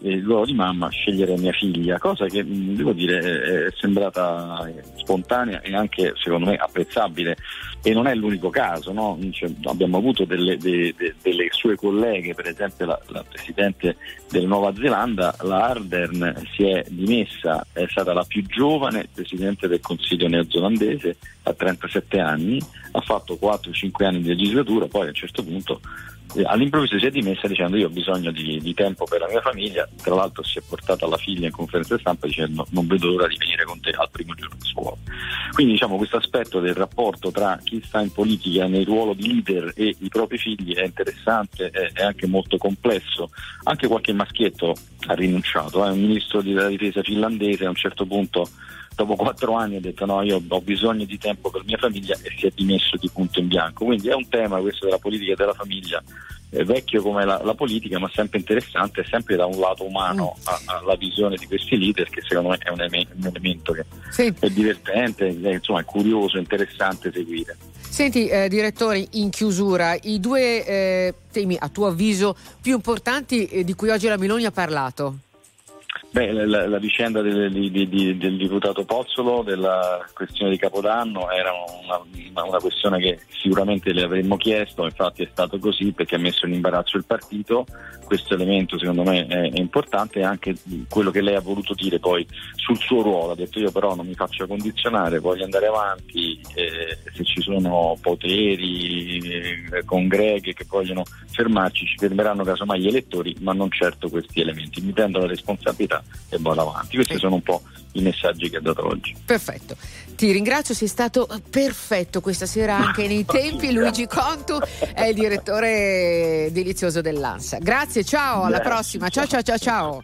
il ruolo di mamma, scegliere mia figlia, cosa che mh, devo dire è, è sembrata spontanea e anche secondo me apprezzabile, e non è l'unico caso, no? Cioè, abbiamo avuto delle, de, de, delle sue colleghe, per esempio la, la presidente del Nuova Zelanda, la Ardern, si è dimessa, è stata la più giovane presidente del Consiglio neozelandese a trentasette anni, ha fatto quattro cinque anni di legislatura, poi a un certo punto eh, all'improvviso si è dimessa dicendo io ho bisogno di, di tempo per la mia famiglia, tra l'altro si è portata la figlia in conferenza stampa dicendo non vedo l'ora di venire con te al primo giorno di scuola. Quindi diciamo questo aspetto del rapporto tra chi sta in politica nel ruolo di leader e i propri figli è interessante, è, è anche molto complesso, anche qualche maschietto ha rinunciato, eh? Un ministro della difesa finlandese a un certo punto dopo quattro anni ha detto no, io ho bisogno di tempo per mia famiglia e si è dimesso di punto in bianco. Quindi è un tema questo della politica e della famiglia, eh, vecchio come la, la politica, ma sempre interessante, sempre da un lato umano alla visione di questi leader, che secondo me è un, eme- un elemento che sì. è divertente, è, insomma è curioso, interessante seguire. Senti eh, direttore, in chiusura, i due eh, temi a tuo avviso più importanti eh, di cui oggi la Meloni ha parlato? Beh, la, la vicenda del, di, di, del deputato Pozzolo, della questione di Capodanno, era una, una, una questione che sicuramente le avremmo chiesto, infatti è stato così perché ha messo in imbarazzo il partito. Questo elemento secondo me è, è importante, e anche quello che lei ha voluto dire poi sul suo ruolo. Ha detto io però non mi faccio condizionare, voglio andare avanti, eh, se ci sono poteri, eh, congreghe che vogliono fermarci, ci fermeranno casomai gli elettori, ma non certo questi elementi. Mi prendo la responsabilità e vado avanti. Questi sono un po' i messaggi che ha dato oggi. Perfetto, ti ringrazio, sei stato perfetto questa sera anche nei tempi. Luigi Contu è il direttore delizioso dell'ANSA. Grazie, ciao, alla Grazie, prossima, ciao ciao ciao ciao.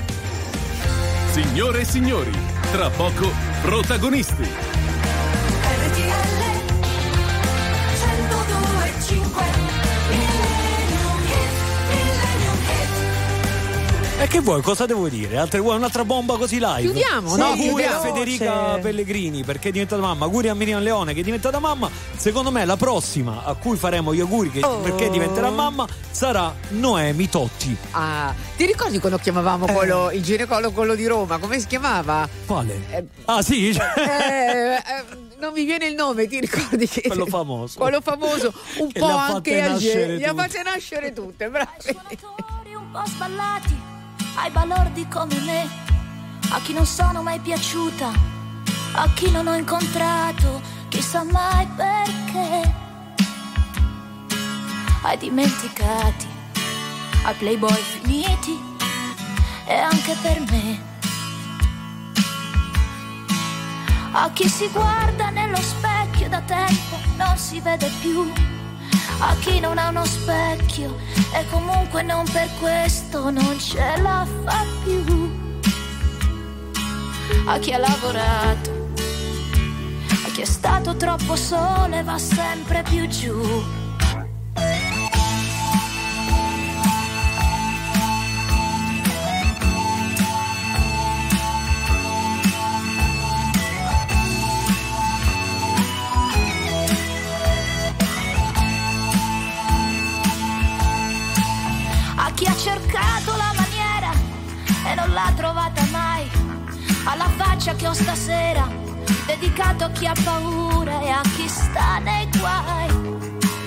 Signore e signori, tra poco protagonisti. E che vuoi? Cosa devo dire? Altre, vuoi un'altra bomba così live? Chiudiamo, sì, no? Auguri a Veloce. Federica Pellegrini perché è diventata mamma. Auguri a Miriam Leone che è diventata mamma. Secondo me la prossima a cui faremo gli auguri che, Oh. perché diventerà mamma sarà Noemi Totti. Ah, ti ricordi quando chiamavamo quello, il ginecologo quello di Roma? Come si chiamava? Quale? Eh, ah sì? eh, eh, non mi viene il nome, ti ricordi che Quello famoso. quello famoso un Che po' le ha anche fatte a nascere Li ha tutte. fatte nascere tutte, bravi. Un po' sballati, ai balordi come me, a chi non sono mai piaciuta, a chi non ho incontrato, chissà mai perché. Ai dimenticati, ai playboy finiti, e anche per me. A chi si guarda nello specchio da tempo, non si vede più. A chi non ha uno specchio e comunque non per questo non ce la fa più. A chi ha lavorato, a chi è stato troppo solo e va sempre più giù. Chi ha cercato la maniera e non l'ha trovata mai, alla faccia che ho stasera, dedicato a chi ha paura e a chi sta nei guai,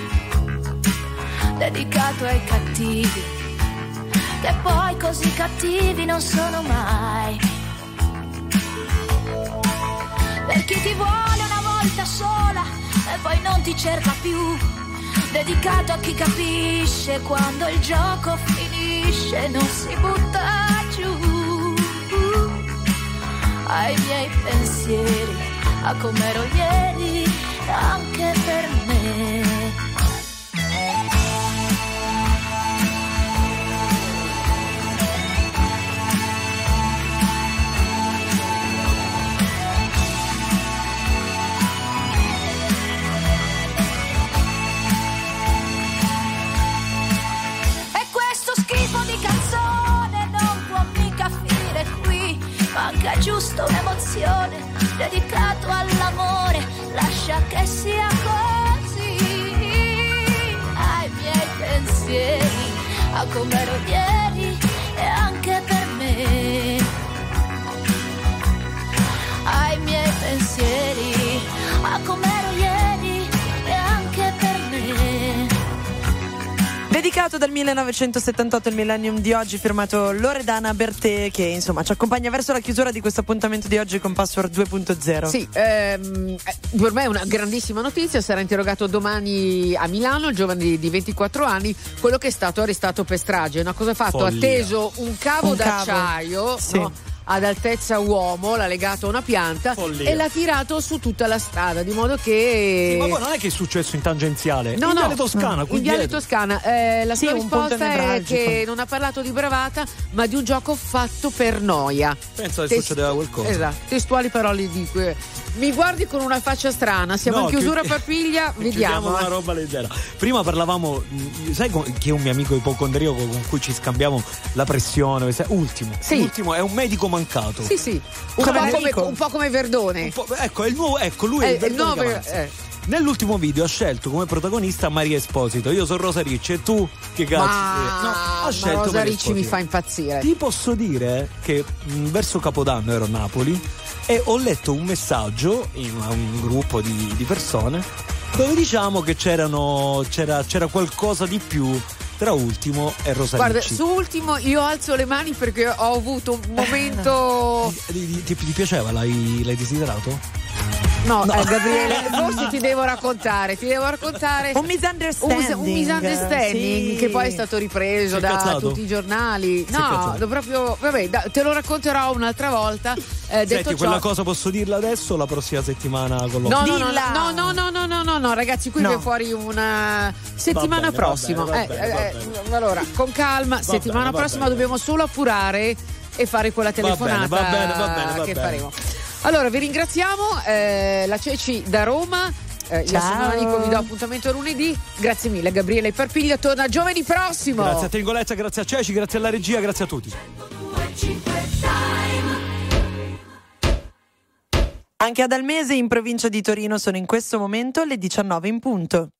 dedicato ai cattivi, che poi così cattivi non sono mai. Per chi ti vuole una volta sola e poi non ti cerca più, dedicato a chi capisce quando il gioco finisce, non si butta giù. Ai miei pensieri, a com'ero ieri, anche per me. Manca giusto un'emozione, dedicato all'amore, lascia che sia così. Ai miei pensieri, a com'ero ieri, e anche per me. firmato dal millenovecentosettantotto, il millennium di oggi, firmato Loredana Bertè, che insomma ci accompagna verso la chiusura di questo appuntamento di oggi con Password due punto zero. Sì, ehm, per me è una grandissima notizia. Sarà interrogato domani a Milano il giovane di, di ventiquattro anni, quello che è stato arrestato per strage. Una cosa fatto? Ha teso un cavo Un d'acciaio, cavo, sì. no? Ad altezza uomo, l'ha legato a una pianta Follia. e l'ha tirato su tutta la strada, di modo che... Sì, ma poi non è che è successo in tangenziale, No, in no, Viale Toscana, qui in Viale dietro. Toscana. Eh, la Sì, sua un punto risposta è nevralgico. che non ha parlato di bravata, ma di un gioco fatto per noia. Pensa che Tes- succedeva qualcosa. Esatto, testuali parole di que- mi guardi con una faccia strana, siamo No, in chiusura chiudi- Parpiglia, Chiudiamo vediamo. una eh. roba leggera. Prima parlavamo, mh, sai co- che è un mio amico ipocondriaco con cui ci scambiamo la pressione. questa- Ultimo, Sì. ultimo è un medico mancato. Sì, sì, un, Come po come, Enrico. un po' come Verdone. Po- Ecco, è il nuovo, ecco, lui è, Eh, il il Verdone nuovo- che avanza. eh. Nell'ultimo video ha scelto come protagonista Maria Esposito. Io sono Rosa Ricci e tu che cazzo? Ma, No, ha ma scelto Rosa Maria Ricci mi Esposito. fa impazzire. Ti posso dire che mh, verso Capodanno ero a Napoli e ho letto un messaggio in una- un gruppo di, di persone dove diciamo che c'erano, c'era, c'era qualcosa di più tra Ultimo e Rosa Guarda, Ricci. su Ultimo io alzo le mani perché ho avuto un momento... Ti, ti- ti piaceva? L'hai, l'hai desiderato? No, No. eh, Gabriele, forse ti devo raccontare, ti devo raccontare Un misunderstanding. un, un misunderstanding Sì. che poi è stato ripreso Si è da cazzato? tutti i giornali. Si è No, cazzato? proprio, vabbè, da- te lo racconterò un'altra volta. Eh, detto Senti, ciò, quella cosa posso dirla adesso o la prossima settimana con No, l'Open? no, no, Dilla! no, no, no, no, no, no, no, ragazzi, qui No. viene fuori una settimana Va bene, va prossima. bene, va Eh, bene, va eh, bene. allora, con calma, settimana bene, va prossima bene. dobbiamo solo appurare e fare quella bene, telefonata va bene, va bene, va che bene. faremo. Allora, vi ringraziamo, eh, la Ceci da Roma. Eh, io Ciao. sono Anico, vi do appuntamento lunedì. Grazie mille, Gabriele Parpiglia torna giovedì prossimo. Grazie a Tengolezza, grazie a Ceci, grazie alla regia, grazie a tutti. Anche ad Almese, in provincia di Torino, sono in questo momento le diciannove in punto.